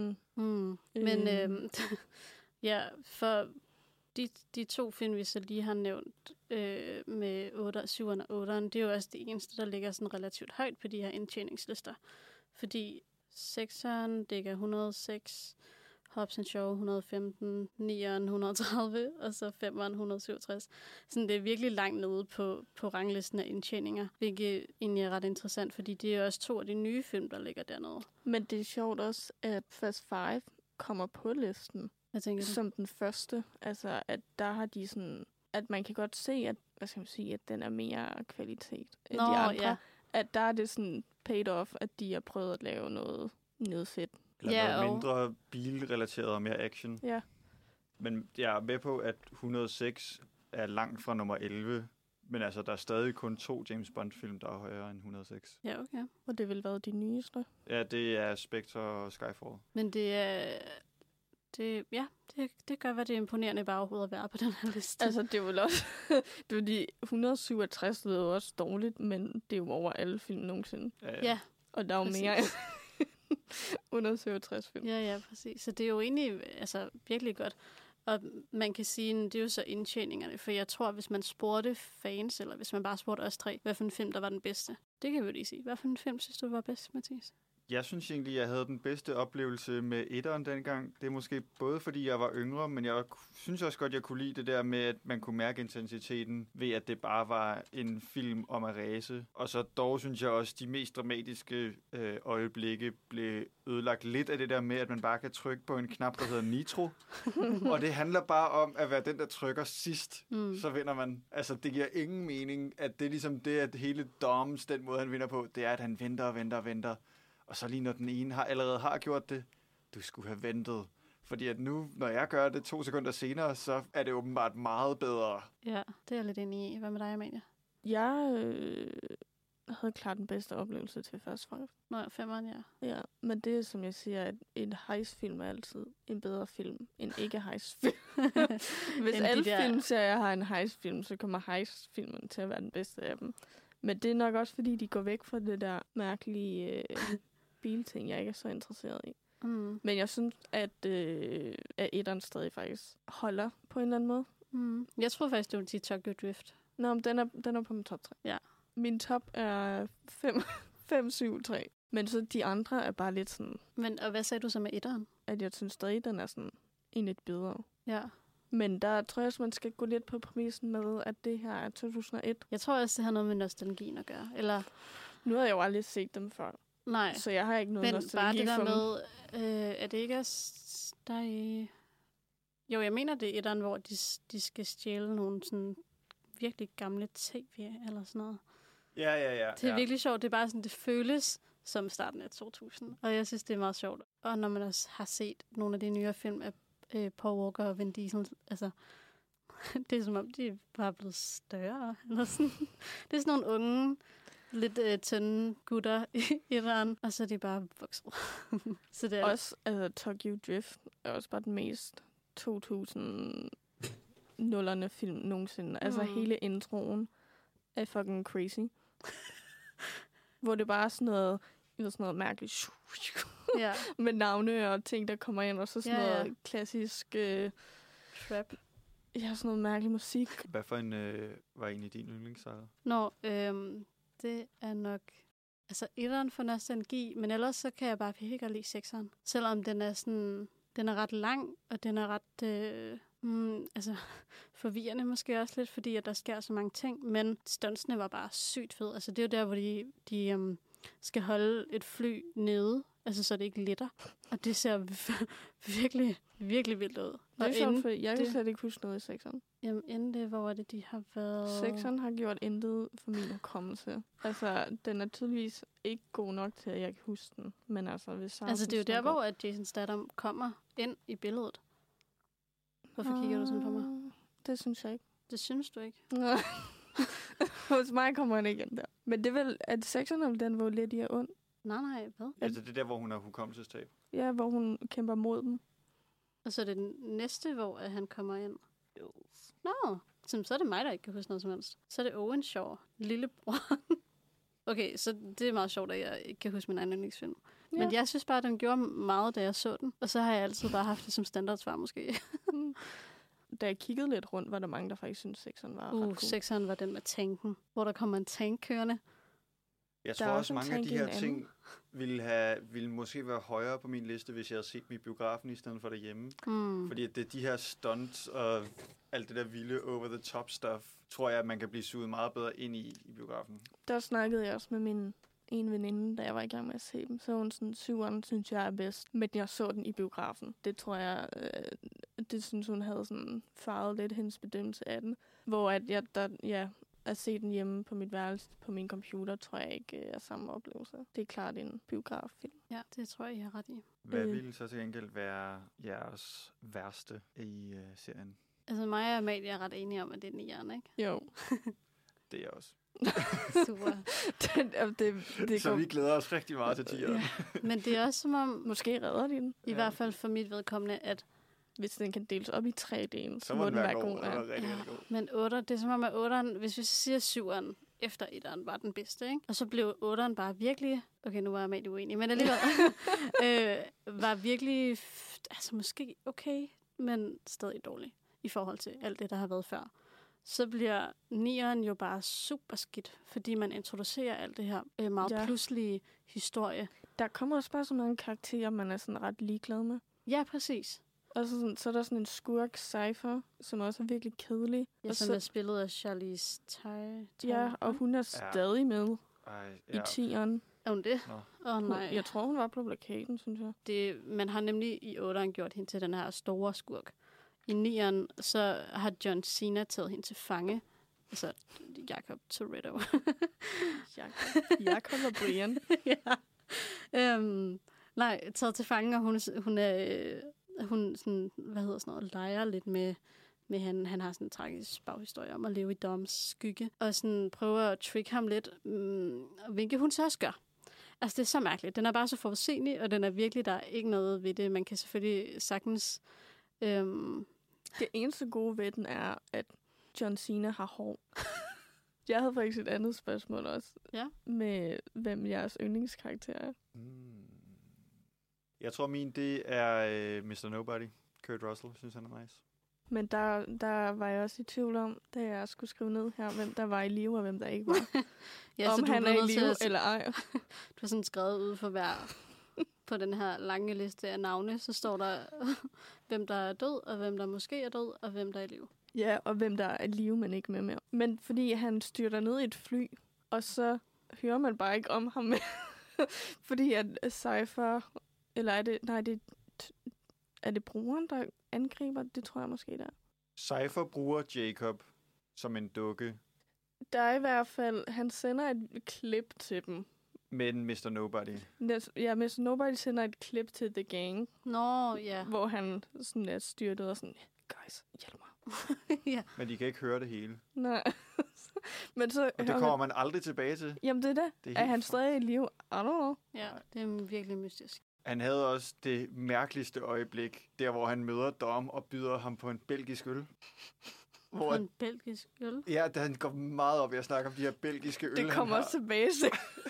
Men ja, for de to film, vi så lige har nævnt med 7'eren og 8'eren, det er jo også det eneste, der ligger sådan relativt højt på de her indtjeningslister. Fordi 6'eren dækker 106, Hobbs & Shaw 115, 9'eren 130, og så 5'eren 167. Så det er virkelig langt nede på ranglisten af indtjeninger, hvilket egentlig er ret interessant, fordi det er også 2 af de nye film, der ligger dernede. Men det er sjovt også, at Fast 5 kommer på listen som den første. Altså, at der har de sådan... At man kan godt se, at, at den er mere kvalitet end de andre. Ja. At der er det sådan paid off, at de har prøvet at lave noget fedt. Eller noget mindre bilrelateret og mere action. Ja. Men jeg er med på, at 106 er langt fra nummer 11. Men altså, der er stadig kun 2 James Bond-film, der er højere end 106. Ja, okay. Og det vil være de nyeste? Ja, det er Spectre og Skyfall. Men det er... Det gør, hvad det er imponerende bare overhovedet at være på den her liste. Altså, det er jo også... det er de 167, det er jo også dårligt, men det er jo over alle film nogensinde. Ja. Og der er jo mere end 167 film. Ja, præcis. Så det er jo egentlig virkelig godt. Og man kan sige, at det er jo så indtjeningerne. For jeg tror, hvis man spurgte fans, eller hvis man bare spurgte os 3, hvad for en film, der var den bedste. Det kan vi jo lige sige. Hvad for en film synes du var bedst, Mathias? Jeg synes egentlig, jeg havde den bedste oplevelse med 1'eren dengang. Det er måske både fordi, jeg var yngre, men jeg synes også godt, jeg kunne lide det der med, at man kunne mærke intensiteten ved, at det bare var en film om at ræse. Og så dog synes jeg også, de mest dramatiske øjeblikke blev ødelagt lidt af det der med, at man bare kan trykke på en knap, der hedder Nitro. Og det handler bare om at være den, der trykker sidst, så vinder man. Altså, det giver ingen mening, at det er ligesom det, at hele Doms, den måde, han vinder på, det er, at han venter. Og så lige når den ene allerede har gjort det, du skulle have ventet. Fordi at nu, når jeg gør det 2 sekunder senere, så er det åbenbart meget bedre. Ja, det er jeg lidt enig i. Hvad med dig, Amalie? Jeg havde klart den bedste oplevelse til Fast 5. Nå, 5'eren, ja. Ja, men det er, som jeg siger, at en heist-film er altid en bedre film end ikke heist-film. Hvis alle filmserier har en heist-film, så kommer heist-filmen til at være den bedste af dem. Men det er nok også, fordi de går væk fra det der mærkelige bilting, jeg ikke er så interesseret i. Men jeg synes, at 1'eren stadig faktisk holder på en eller anden måde. Jeg tror faktisk, det var til Tokyo Drift. Nå, men den er på min top 3. Ja. Min top er 5, 7, 3. Men så de andre er bare lidt sådan... Men, og hvad sagde du så med 1'eren? At jeg synes stadig, den er sådan en lidt bedre. Ja. Men der tror jeg også, man skal gå lidt på præmissen med, at det her er 2001. Jeg tror også, det har noget med nostalgien at gøre. Eller... Nu har jeg jo aldrig set dem før. Nej. Så jeg har ikke noget nostalgi for dem. Men bare det der med, er det ikke også der i... Jo, jeg mener, det er 1'eren, hvor de skal stjæle nogle sådan virkelig gamle tv eller sådan noget. Ja. Det er virkelig sjovt. Det er bare sådan, det føles som starten af 2000. Og jeg synes, det er meget sjovt. Og når man også har set nogle af de nyere film af Paul Walker og Vin Diesel, altså, det er som om, de er bare blevet større. Eller sådan. Det er sådan nogle unge, lidt tynde gutter i Iran, og så er de bare vokset. Så det er også, altså, Tokyo Drift er også bare den mest 2000'erne film nogensinde. Altså, hele introen er fucking crazy. Hvor det bare er sådan noget mærkeligt med navne og ting, der kommer ind, og så sådan noget klassisk trap. Ja, sådan noget mærkelig musik. Hvad for en var egentlig din yndlingssager? Det er nok... Altså, 1'eren for nostalgi, men ellers så kan jeg bare virkelig godt lide 6'eren. Selvom den er sådan... Den er ret lang, og den er ret forvirrende måske også lidt, fordi at der sker så mange ting, men stuntsene var bare sygt fede. Altså det er jo der, hvor de skal holde et fly nede, altså så det ikke letter. Og det ser virkelig, virkelig vildt ud. Det er sjovt, for jeg kan slet ikke huske noget i 6'eren. Jamen inden det, hvor er det, de har været... 6'eren har gjort intet for min hukommelse. Altså, den er tydeligvis ikke god nok til, at jeg kan huske den. Men altså, hvis altså det er jo der, hvor at Jason Statham kommer ind i billedet. Hvorfor kigger du sådan på mig? Det synes jeg ikke. Det synes du ikke? Hos mig kommer han ikke ind der. Men det er vel, at 6'eren den, hvor Lydia er ond? Nej, hvad? Altså det er der, hvor hun har hukommelsestab. Ja, hvor hun kæmper mod dem. Og så er det den næste, hvor han kommer ind. Nå, så er det mig, der ikke kan huske noget som helst. Så er det Owen Shaw, lillebror. Okay, så det er meget sjovt, at jeg ikke kan huske min egen yndlingsfilm. Ja. Men jeg synes bare, at den gjorde meget, da jeg så den. Og så har jeg altid bare haft det som standardsvar, måske. Da jeg kiggede lidt rundt, var der mange, der faktisk synes 6'eren var ret cool. 6'eren var den med tanken, hvor der kommer en tank kørende. Jeg tror også, mange af de her ting ville måske være højere på min liste, hvis jeg havde set dem i biografen i stedet for derhjemme. Fordi det er de her stunts og alt det der vilde over-the-top stuff, tror jeg, at man kan blive suget meget bedre ind i biografen. Der snakkede jeg også med en veninde, da jeg var i gang med at se dem. Så hun sådan, 7'eren synes jeg er bedst, men jeg så den i biografen. Det tror jeg, det synes hun havde sådan farvet lidt hendes bedømmelse af den. Hvor at at se den hjemme på mit værelse, på min computer, tror jeg ikke er samme oplevelse. Det er klart en biograffilm. Ja, det tror jeg, I har ret i. Hvad ville så til gengæld være jeres værste i serien? Altså mig og Amalie er ret enige om, at det er 9'eren, ikke? Jo. Det er jeg også. Super. Så vi glæder os rigtig meget til 10'eren. Ja. Men det er også som om... Måske redder de den. I hvert fald for mit vedkommende, at... Hvis den kan deles op i 3 dele, så må den være god. Ja. Men 8'eren, det er som om, at 8'eren, hvis vi siger 7'eren, efter 1'eren var den bedste, ikke? Og så blev 8'eren bare virkelig... Okay, nu var jeg med uenig, men alligevel... var virkelig... Altså måske okay, men stadig dårlig i forhold til alt det, der har været før. Så bliver 9'eren jo bare super skidt, fordi man introducerer alt det her meget pludselige historie. Der kommer også bare så mange karakterer, man er sådan ret ligeglad med. Ja, præcis. Og så er der sådan en skurk, Cypher, som også er virkelig kedelig. Ja, og som er spillet af Charlize Theron. Ja, og hun er stadig med i 10'eren. Er hun det? Nej. Jeg tror, hun var på plakaten, synes jeg. Man har nemlig i 8'eren gjort hende til den her store skurk. I 9'eren, så har John Cena taget hende til fange. Altså, Jacob Toretto. Jacob og Brian. Ja. Taget til fange, og hun sådan, hvad hedder sådan noget, leger lidt med han har sådan en tragisk baghistorie om at leve i Doms skygge, og sådan prøver at trick ham lidt, hvilket hun så også gør. Altså, det er så mærkeligt. Den er bare så forudsigelig, og den er virkelig, der er ikke noget ved det. Man kan selvfølgelig sagtens... Det eneste gode ved den er, at John Cena har hår. Jeg havde faktisk et andet spørgsmål også. Ja. Med hvem jeres yndlingskarakter er. Jeg tror det er Mr. Nobody. Kurt Russell, synes han er nice. Men der var jeg også i tvivl om, da jeg skulle skrive ned her, hvem der var i live, og hvem der ikke var. Ja, om han er i live eller ej. Du har sådan skrevet ud for hver... På den her lange liste af navne, så står der, hvem der er død, og hvem der måske er død, og hvem der er i live. Ja, og hvem der er i live, men ikke med mere. Men fordi han styrter ned i et fly, og så hører man bare ikke om ham mere. Fordi at Cypher, eller er det brugeren, der angriber? Det tror jeg måske, der. Cypher bruger Jacob som en dukke. Der er i hvert fald, han sender et klip til dem. Men Mr. Nobody. Ja, Mr. Nobody sender et klip til The Gang. Nå, ja. Hvor han sådan er styrtet og sådan, guys, hjælp mig. Ja. Men de kan ikke høre det hele. Nej. Men så og det kommer man aldrig tilbage til. Jamen det er det. Er han stadig i live? I don't know. Ja, det er virkelig mystisk. Han havde også det mærkeligste øjeblik, der hvor han møder Dom og byder ham på en belgisk øl. På en belgisk øl? Ja, da han går meget op i at snakke om de her belgiske øl. Det kommer også tilbage til.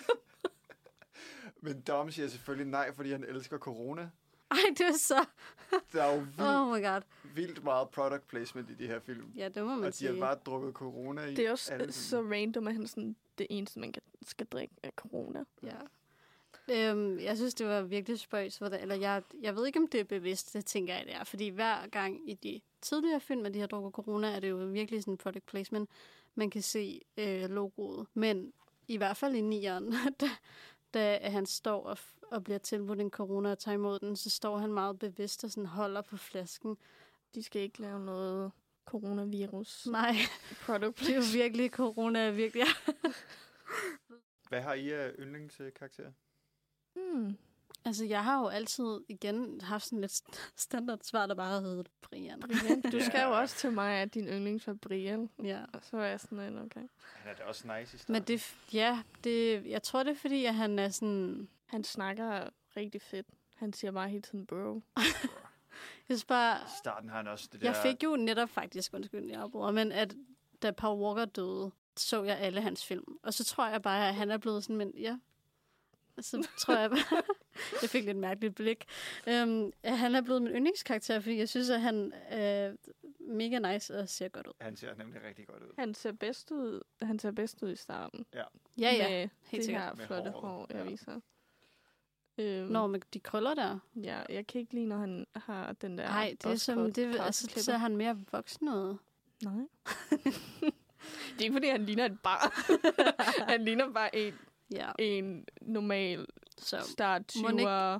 Men Dom siger selvfølgelig nej, fordi han elsker corona. Ej, det er så... Der er jo vildt meget product placement i de her film. Ja, det må man sige. Og de har bare drukket corona i. Det er også så random, at han sådan, det eneste, man skal drikke, er corona. Ja. Jeg synes, det var virkelig spøjs. Jeg ved ikke, om det er bevidst, det tænker jeg, det er. Fordi hver gang i de tidligere film med de her drukket corona, er det jo virkelig sådan en product placement. Man kan se logoet. Men i hvert fald i 9'eren, da han står og bliver tilbudt en corona og tager imod den, så står han meget bevidst og sådan holder på flasken. De skal ikke lave noget coronavirus. Nej, product. Det er jo virkelig corona, virkelig. Hvad har I af yndlingskarakterer? Altså, jeg har jo altid igen haft sådan lidt standardsvar, der bare hedder Brian. Du skal jo også til mig, at din yndlings var Brian. Ja. Og så er jeg sådan en, okay. Han er da også nice i starten. Men jeg tror, det er fordi, at han er sådan... Han snakker rigtig fedt. Han siger bare hele tiden, bro. Jeg synes bare... I starten har han også det der... Jeg fik jo netop faktisk, undskyld, jeg afbryder, men at da Paul Walker døde, så jeg alle hans film. Og så tror jeg bare, at han er blevet sådan, men ja... Så tror jeg bare... Jeg fik lidt mærkeligt blik. At han er blevet min yndlingskarakter, fordi jeg synes, at han er mega nice og ser godt ud. Han ser nemlig rigtig godt ud. Han ser bedst ud i starten. Ja. Ja, det helt sikkert. her flotte hår, jeg viser. Når med de krøller der. Ja, jeg kan ikke lide, når han har den der... Nej, det er som... så ser han mere voksen ud. Nej. Det er ikke, fordi han ligner et barn. Han ligner bare en normal start 20'er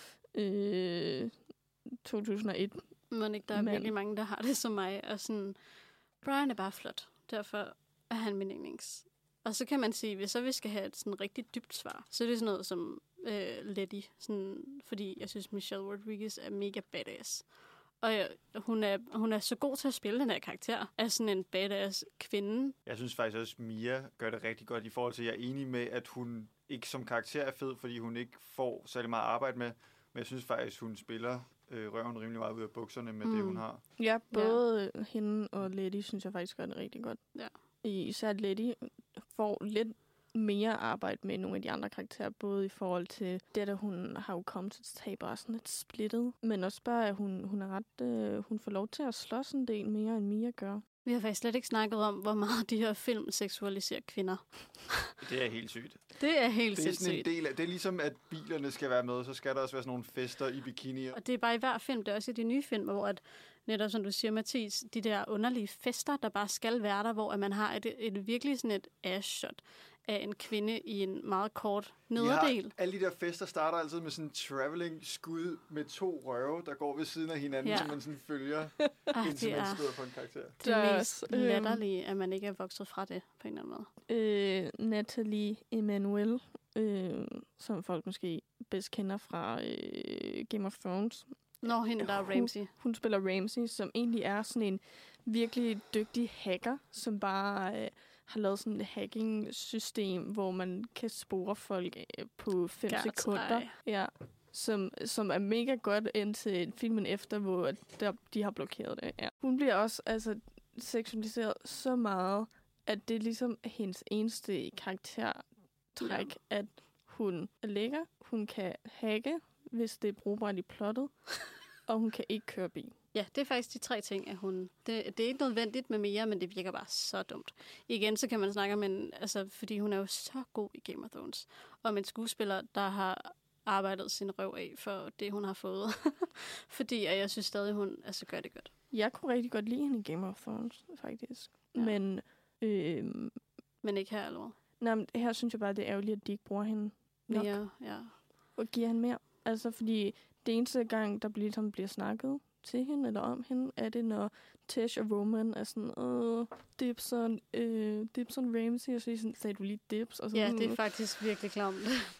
2001. Må ikke, der er virkelig mange, der har det som mig. Og sådan, Brian er bare flot. Derfor er han min yndlings. Og så kan man sige, hvis så vi skal have et sådan rigtig dybt svar, så er det sådan noget som Letty. Sådan, fordi jeg synes, Michelle Rodriguez er mega badass. Og hun er så god til at spille den her karakter af sådan en badass kvinde. Jeg synes faktisk også, Mia gør det rigtig godt i forhold til, at jeg er enig med, at hun ikke som karakter er fed, fordi hun ikke får særlig meget arbejde med. Men jeg synes faktisk, hun spiller røven rimelig meget ud af bukserne med det, hun har. Ja, både hende og Letty synes jeg faktisk gør det rigtig godt. Ja. Især Letty får lidt mere arbejde med nogle af de andre karakterer, både i forhold til det, at hun har jo kommet til at tage bare sådan lidt splittet, men også bare, at hun er ret, hun får lov til at slås en del mere, end Mia gør. Vi har faktisk slet ikke snakket om, hvor meget de her film seksualiserer kvinder. Det er helt sygt. Det er helt sindssygt. sindssygt. En del af, det er ligesom, at bilerne skal være med, så skal der også være sådan nogle fester i bikinier. Og det er bare i hver film, det er også i de nye film, hvor at, netop som du siger, Mathis, de der underlige fester, der bare skal være der, hvor at man har et virkelig sådan et ass-shot af en kvinde i en meget kort nederdel. Alle de der fester starter altid med sådan en traveling-skud med 2 røve, der går ved siden af hinanden, som man sådan følger, indtil man støder på en karakter. Det er mest latterlige, at man ikke er vokset fra det, på en eller anden måde. Natalie Emmanuel, som folk måske bedst kender fra Game of Thrones. Hende der er Ramsay. Hun spiller Ramsay, som egentlig er sådan en virkelig dygtig hacker, som bare... har lavet sådan et hacking-system, hvor man kan spore folk på 5 sekunder. Ja, som er mega godt indtil filmen efter, hvor de har blokeret det. Ja. Hun bliver også seksualiseret så meget, at det er ligesom hendes eneste karaktertræk, at hun er lækker, hun kan hacke, hvis det er brugbart i plottet, og hun kan ikke køre bil. Ja, det er faktisk de 3 ting, at hun... Det er ikke nødvendigt med mere, men det virker bare så dumt. Igen, så kan man snakke om fordi hun er jo så god i Game of Thrones. Og en skuespiller, der har arbejdet sin røv af for det, hun har fået. Fordi jeg synes stadig, hun gør det godt. Jeg kunne rigtig godt lide hende i Game of Thrones, faktisk. Ja. Men ikke her, eller hvad? Nej, men her synes jeg bare, det er ærgerligt, at de ikke bruger hende nok. Ja. Og giver hende mere. Altså, fordi det eneste gang, der bliver snakket til hende eller om hende, er det, når Tish og Roman er sådan, Dibson Ramsay, og så sagde du lige Dibs. Og sådan, ja, det er faktisk virkelig klamt.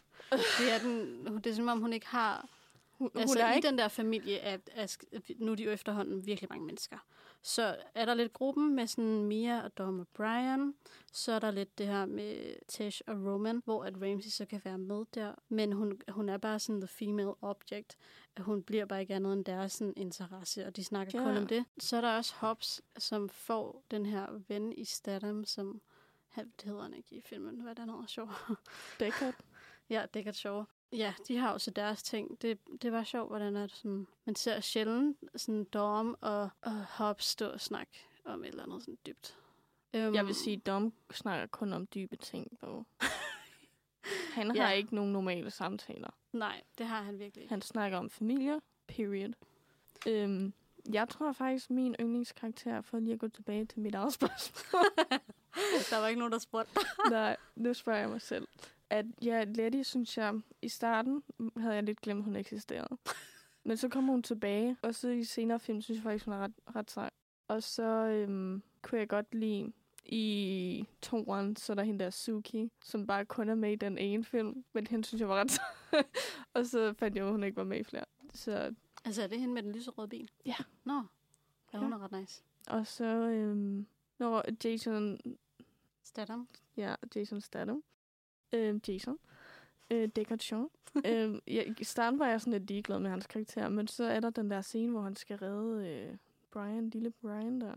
Det er som om, hun ikke har... Hun er i den der familie, nu er de jo efterhånden virkelig mange mennesker. Så er der lidt gruppen med sådan Mia og Dom og Brian. Så er der lidt det her med Tish og Roman, hvor at Ramsay så kan være med der. Men hun er bare sådan the female object. Hun bliver bare ikke andet end deres sådan interesse, og de snakker kun om det. Så er der også Hobbs, som får den her ven i Statham, som... Det hedder han ikke i filmen. Hvad er det, han hedder? Sjov. Deckard. Ja, Deckard Shaw. Ja, de har også deres ting. Det var sjovt, hvordan er det sådan... Man ser sjældent sådan Dom og Hobbs stå og snakke om et eller andet sådan dybt. Jeg vil sige, Dom snakker kun om dybe ting, dog. Han har ikke nogen normale samtaler. Nej, det har han virkelig ikke. Han snakker om familie, period. Jeg tror faktisk, min yndlingskarakter, for lige at gå tilbage til mit eget spørgsmål. Der var ikke nogen, der spurgte. Nej, nu spørger jeg mig selv. At Letty, synes jeg, i starten havde jeg lidt glemt, at hun eksisterede. Men så kom hun tilbage, og så i senere film, synes jeg faktisk, hun er ret sej. Og så kunne jeg godt lide i 2'eren, så er der hende der Suki, som bare kun er med i den ene film. Men hende synes jeg var ret sej. Og så fandt jeg, at hun ikke var med i flere. Så Altså, er det hende med den lyserøde bil? ja. Nå, ja, hun er ret nice. Og så Jason Statham. Ja, Jason Statham. Jason. Deckard Shaw. I starten var jeg sådan lidt ligeglad med hans karakter, men så er der den der scene, hvor han skal redde lille Brian der.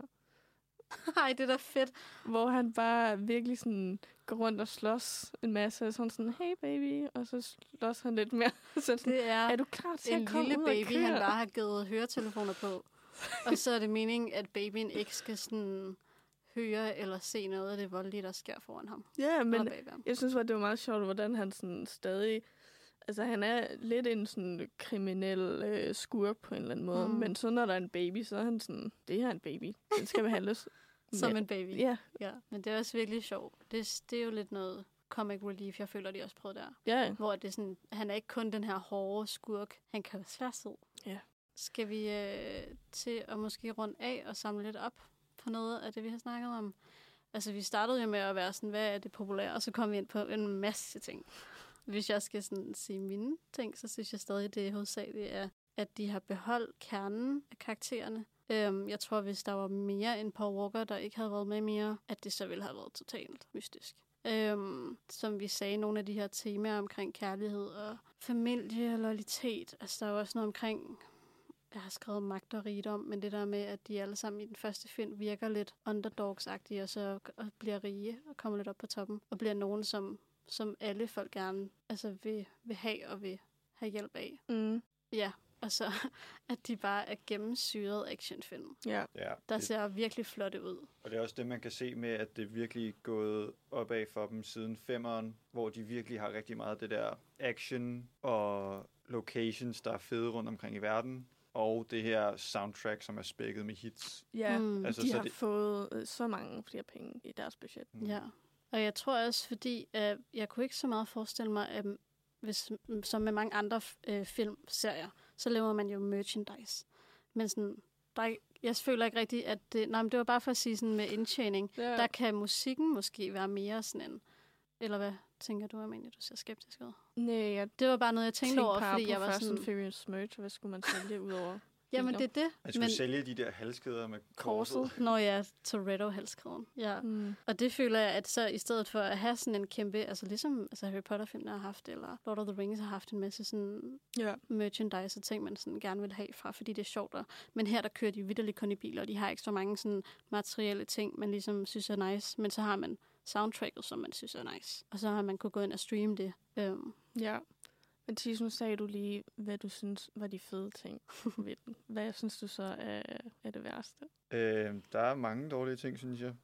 Ej, det er da fedt. Hvor han bare virkelig sådan går rundt og slås en masse, og sådan, hey baby, og så slås han lidt mere. Så sådan, det er du klar til en at komme lille ud baby, og køre? han bare har givet høretelefoner på. Og så er det meningen, at babyen ikke skal sådan høre eller se noget af det voldelige, der sker foran ham. Ja, men jeg synes det var meget sjovt, hvordan han sådan stadig... Altså, han er lidt en sådan kriminel skurk på en eller anden måde. Men så når der er en baby, så er han sådan, det her er en baby. Den skal behandles. Som en baby. Ja. Men det er også virkelig sjovt. Det er jo lidt noget comic relief, jeg føler, de også prøvede der. Ja. Hvor det er sådan, han er ikke kun den her hårde skurk. Han kan være svært sød. Ja. Skal vi til at måske runde af og samle lidt op på noget af det, vi har snakket om? Altså, vi startede jo med at være sådan, hvad er det populære? Og så kom vi ind på en masse ting. Hvis jeg skal sådan sige mine ting, så synes jeg stadig, det hovedsageligt er, at de har beholdt kernen af karaktererne. Jeg tror, hvis der var mere end Paul Walker, der ikke havde været med mere, at det så ville have været totalt mystisk. Som vi sagde, nogle af de her temaer omkring kærlighed og familie og loyalitet. Altså, der er jo også noget omkring, jeg har skrevet magt og rigdom, men det der med, at de alle sammen i den første film virker lidt underdogs-agtige, og så bliver rige og kommer lidt op på toppen, og bliver nogen, som alle folk gerne vil have og vil have hjælp af. Ja, og så at de bare er gennemsyret actionfilm. Ja, der ser virkelig flotte ud. Og det er også det, man kan se med, at det virkelig er gået opad for dem siden 5'eren, hvor de virkelig har rigtig meget det der action og locations, der er fede rundt omkring i verden. Og det her soundtrack, som er spækket med hits. Ja, altså, de har fået så mange flere penge i deres budget. Ja, og jeg tror også, fordi jeg kunne ikke så meget forestille mig, at som med mange andre filmserier, så laver man jo merchandise. Men sådan, jeg føler ikke rigtigt, at det var bare for at sige sådan med indtjening, der kan musikken måske være mere sådan en, eller hvad tænker du, Amalie, du ser skeptisk ud? Nej, det var bare noget, jeg tænkte over, fordi jeg var sådan... Fast and Furious merch, hvad skulle man sælge ud over? Jamen, det er det. Man skulle sælge de der halskæder med korset. Nå ja, Toretto-halskæden. Ja. Og det føler jeg, at så i stedet for at have sådan en kæmpe, altså ligesom Harry Potter-filmene har haft, eller Lord of the Rings har haft en masse sådan merchandise og ting, man sådan gerne vil have fra, fordi det er sjovt. Men her, der kører de vitterligt kun i biler, og de har ikke så mange sådan materielle ting, man ligesom synes er nice. Men så har man soundtracket, som man synes er nice. Og så har man kunne gå ind og streame det. Ja. Men Tis, nu sagde du lige, hvad du synes var de fede ting ved den. Hvad synes du så er det værste? Der er mange dårlige ting, synes jeg.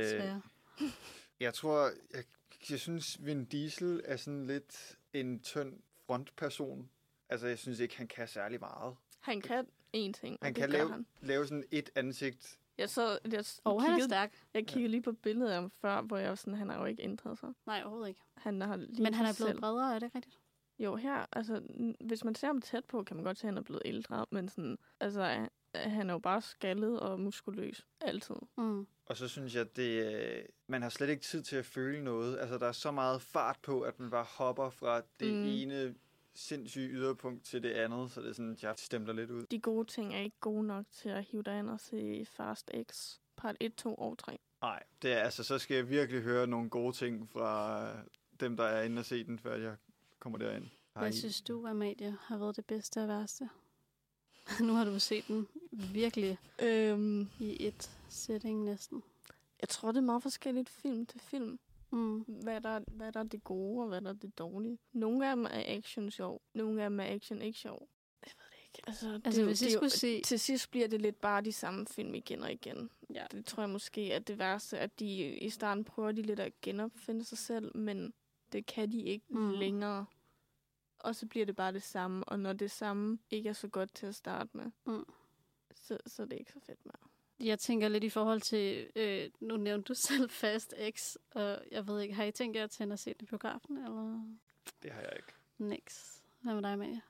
Jeg tror, jeg synes, Vin Diesel er sådan lidt en tynd frontperson. Altså, jeg synes ikke, han kan særlig meget. Han kan én ting, han kan lave sådan et ansigt. Han er stærk. Jeg kiggede lige på billedet af ham før, hvor jeg var sådan, han har jo ikke ændret sig. Nej, overhovedet ikke. Men han er blevet bredere, er det rigtigt? Jo, her, altså, hvis man ser ham tæt på, kan man godt se, at han er blevet ældre, men sådan, altså, han er jo bare skaldet og muskuløs, altid. Og så synes jeg, man har slet ikke tid til at føle noget. Altså, der er så meget fart på, at man bare hopper fra det ene sindssyge yderpunkt til det andet, så det er sådan, jeg stempler lidt ud. De gode ting er ikke gode nok til at hive dig ind og se Fast X part 1, 2 og 3. Nej, det er altså, så skal jeg virkelig høre nogle gode ting fra dem, der er inde og se den, før jeg kommer derind. Hvad synes du, Amalie, har været det bedste og værste? Nu har du set den virkelig i et setting næsten. Jeg tror, det er meget forskelligt film til film. Hvad der er det gode, og hvad der er det dårlige. Nogle af dem er action sjov. Nogle af dem er action ikke sjov. Jeg ved det ikke. Altså hvis jeg skulle sige... Til sidst bliver det lidt bare de samme film igen og igen. Ja. Det tror jeg måske er det værste, at de i starten prøver de lidt at genopfinde sig selv, men det kan de ikke længere. Og så bliver det bare det samme. Og når det samme ikke er så godt til at starte med, så er det ikke så fedt mere. Jeg tænker lidt i forhold til, nu nævnte du selv Fast X, og jeg ved ikke, har I tænkt jer at tænde og se den i biografen, eller? Det har jeg ikke. Niks. Hvad med dig, Maja?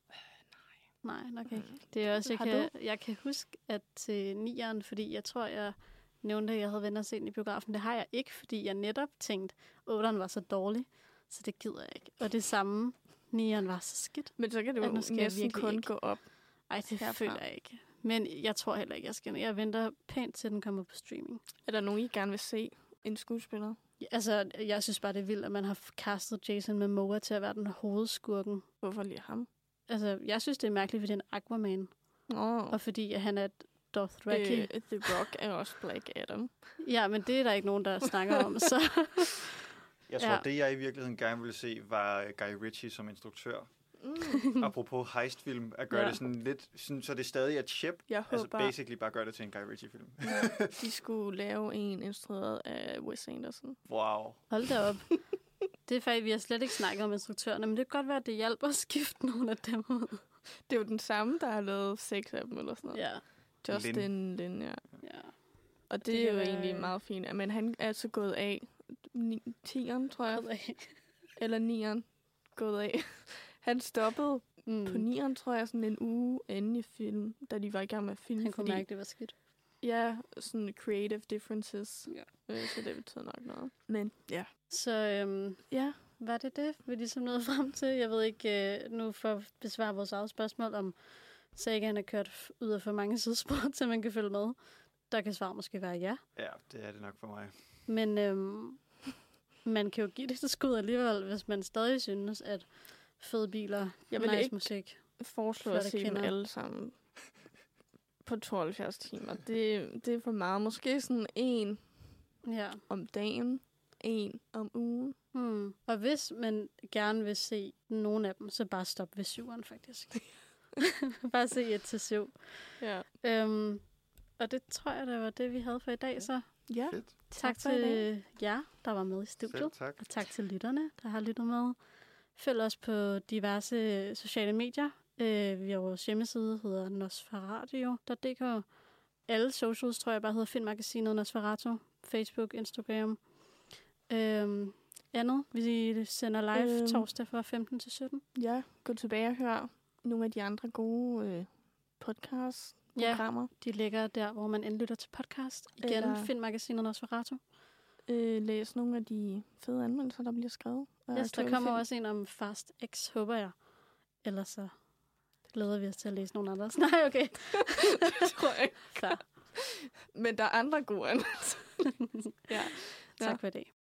Nej, nok ikke. Det er også, jeg kan huske, at til 9'eren, fordi jeg tror, jeg nævnte, at jeg havde venner at se den i biografen. Det har jeg ikke, fordi jeg netop tænkte, 8'eren var så dårlig, så det gider jeg ikke. Og det samme, 9'eren var så skidt. Men så kan det jo næsten kun gå op. Ej, det føler jeg ikke. Men jeg tror heller ikke, jeg skal. Jeg venter pænt til, den kommer på streaming. Er der nogen, I gerne vil se en skuespiller? Ja, altså, jeg synes bare, det er vildt, at man har castet Jason Momoa til at være den hovedskurken. Hvorfor lige ham? Altså, jeg synes, det er mærkeligt, fordi han er Aquaman. Og fordi han er Dothraki. The Rock er også Black Adam. Ja, men det er der ikke nogen, der snakker om. Så. Jeg tror, det jeg i virkeligheden gerne ville se, var Guy Ritchie som instruktør. Apropos heistfilm, at gøre det sådan lidt, sådan, så det stadig er chip. Altså basically bare gøre det til en Guy Ritchie-film. Ja, de skulle lave en instrueret af Wes Anderson. Wow. Hold da op. Det er faktisk, vi har slet ikke snakket om instruktørerne, men det kan godt være, at det hjælper at skifte nogle af dem ud. Det er jo den samme, der har lavet 6 af dem eller sådan noget. Ja. Justin Lin, ja. Og det er jo egentlig meget fint. Men han er altså gået af 10'eren, tror jeg. Eller 9'eren gået af. Han stoppede på 9'eren, tror jeg, sådan en uge inden i film, da de var i gang med at filme. Han kunne mærke, det var skidt. Ja, sådan creative differences. Ja. Så det betyder nok noget. Men ja. Så var det, vi ligesom nåede frem til? Jeg ved ikke, nu for at besvare vores eget spørgsmål, om sagaen er kørt ud af for mange sidespor, til man kan følge med. Der kan svar måske være ja. Ja, det er det nok for mig. Men man kan jo give det et skud alligevel, hvis man stadig synes, at fede biler, nice musik. Foreslå at se dem alle sammen på 72 timer. Det er for meget. Måske sådan en om dagen, en om ugen. Og hvis man gerne vil se nogen af dem, så bare stop ved 7'eren faktisk. Bare se 1-7. Ja. Og det tror jeg, det var det, vi havde for i dag. Så ja. Tak til jer, der var med i studiet. Tak. Og tak til lytterne, der har lyttet med. Følg os på diverse sociale medier. Vores hjemmeside hedder nosferadio.dk. Alle socials, tror jeg, bare hedder Filmmagasinet Nosferatu. Facebook, Instagram. Andet, vi sender live torsdag fra 15 til 17. Ja, gå tilbage og hør nogle af de andre gode podcast-programmer. Ja, de ligger der, hvor man indlytter til podcast. Igen, Filmmagasinet Nosferatu. Læs nogle af de fede anmeldelser, der bliver skrevet. Yes, der kommer også en om Fast X, håber jeg. Ellers så glæder vi os til at læse nogle andre. Nej, okay. Det tror jeg ikke. Men der er andre gode anmeldelser. Tak for i dag.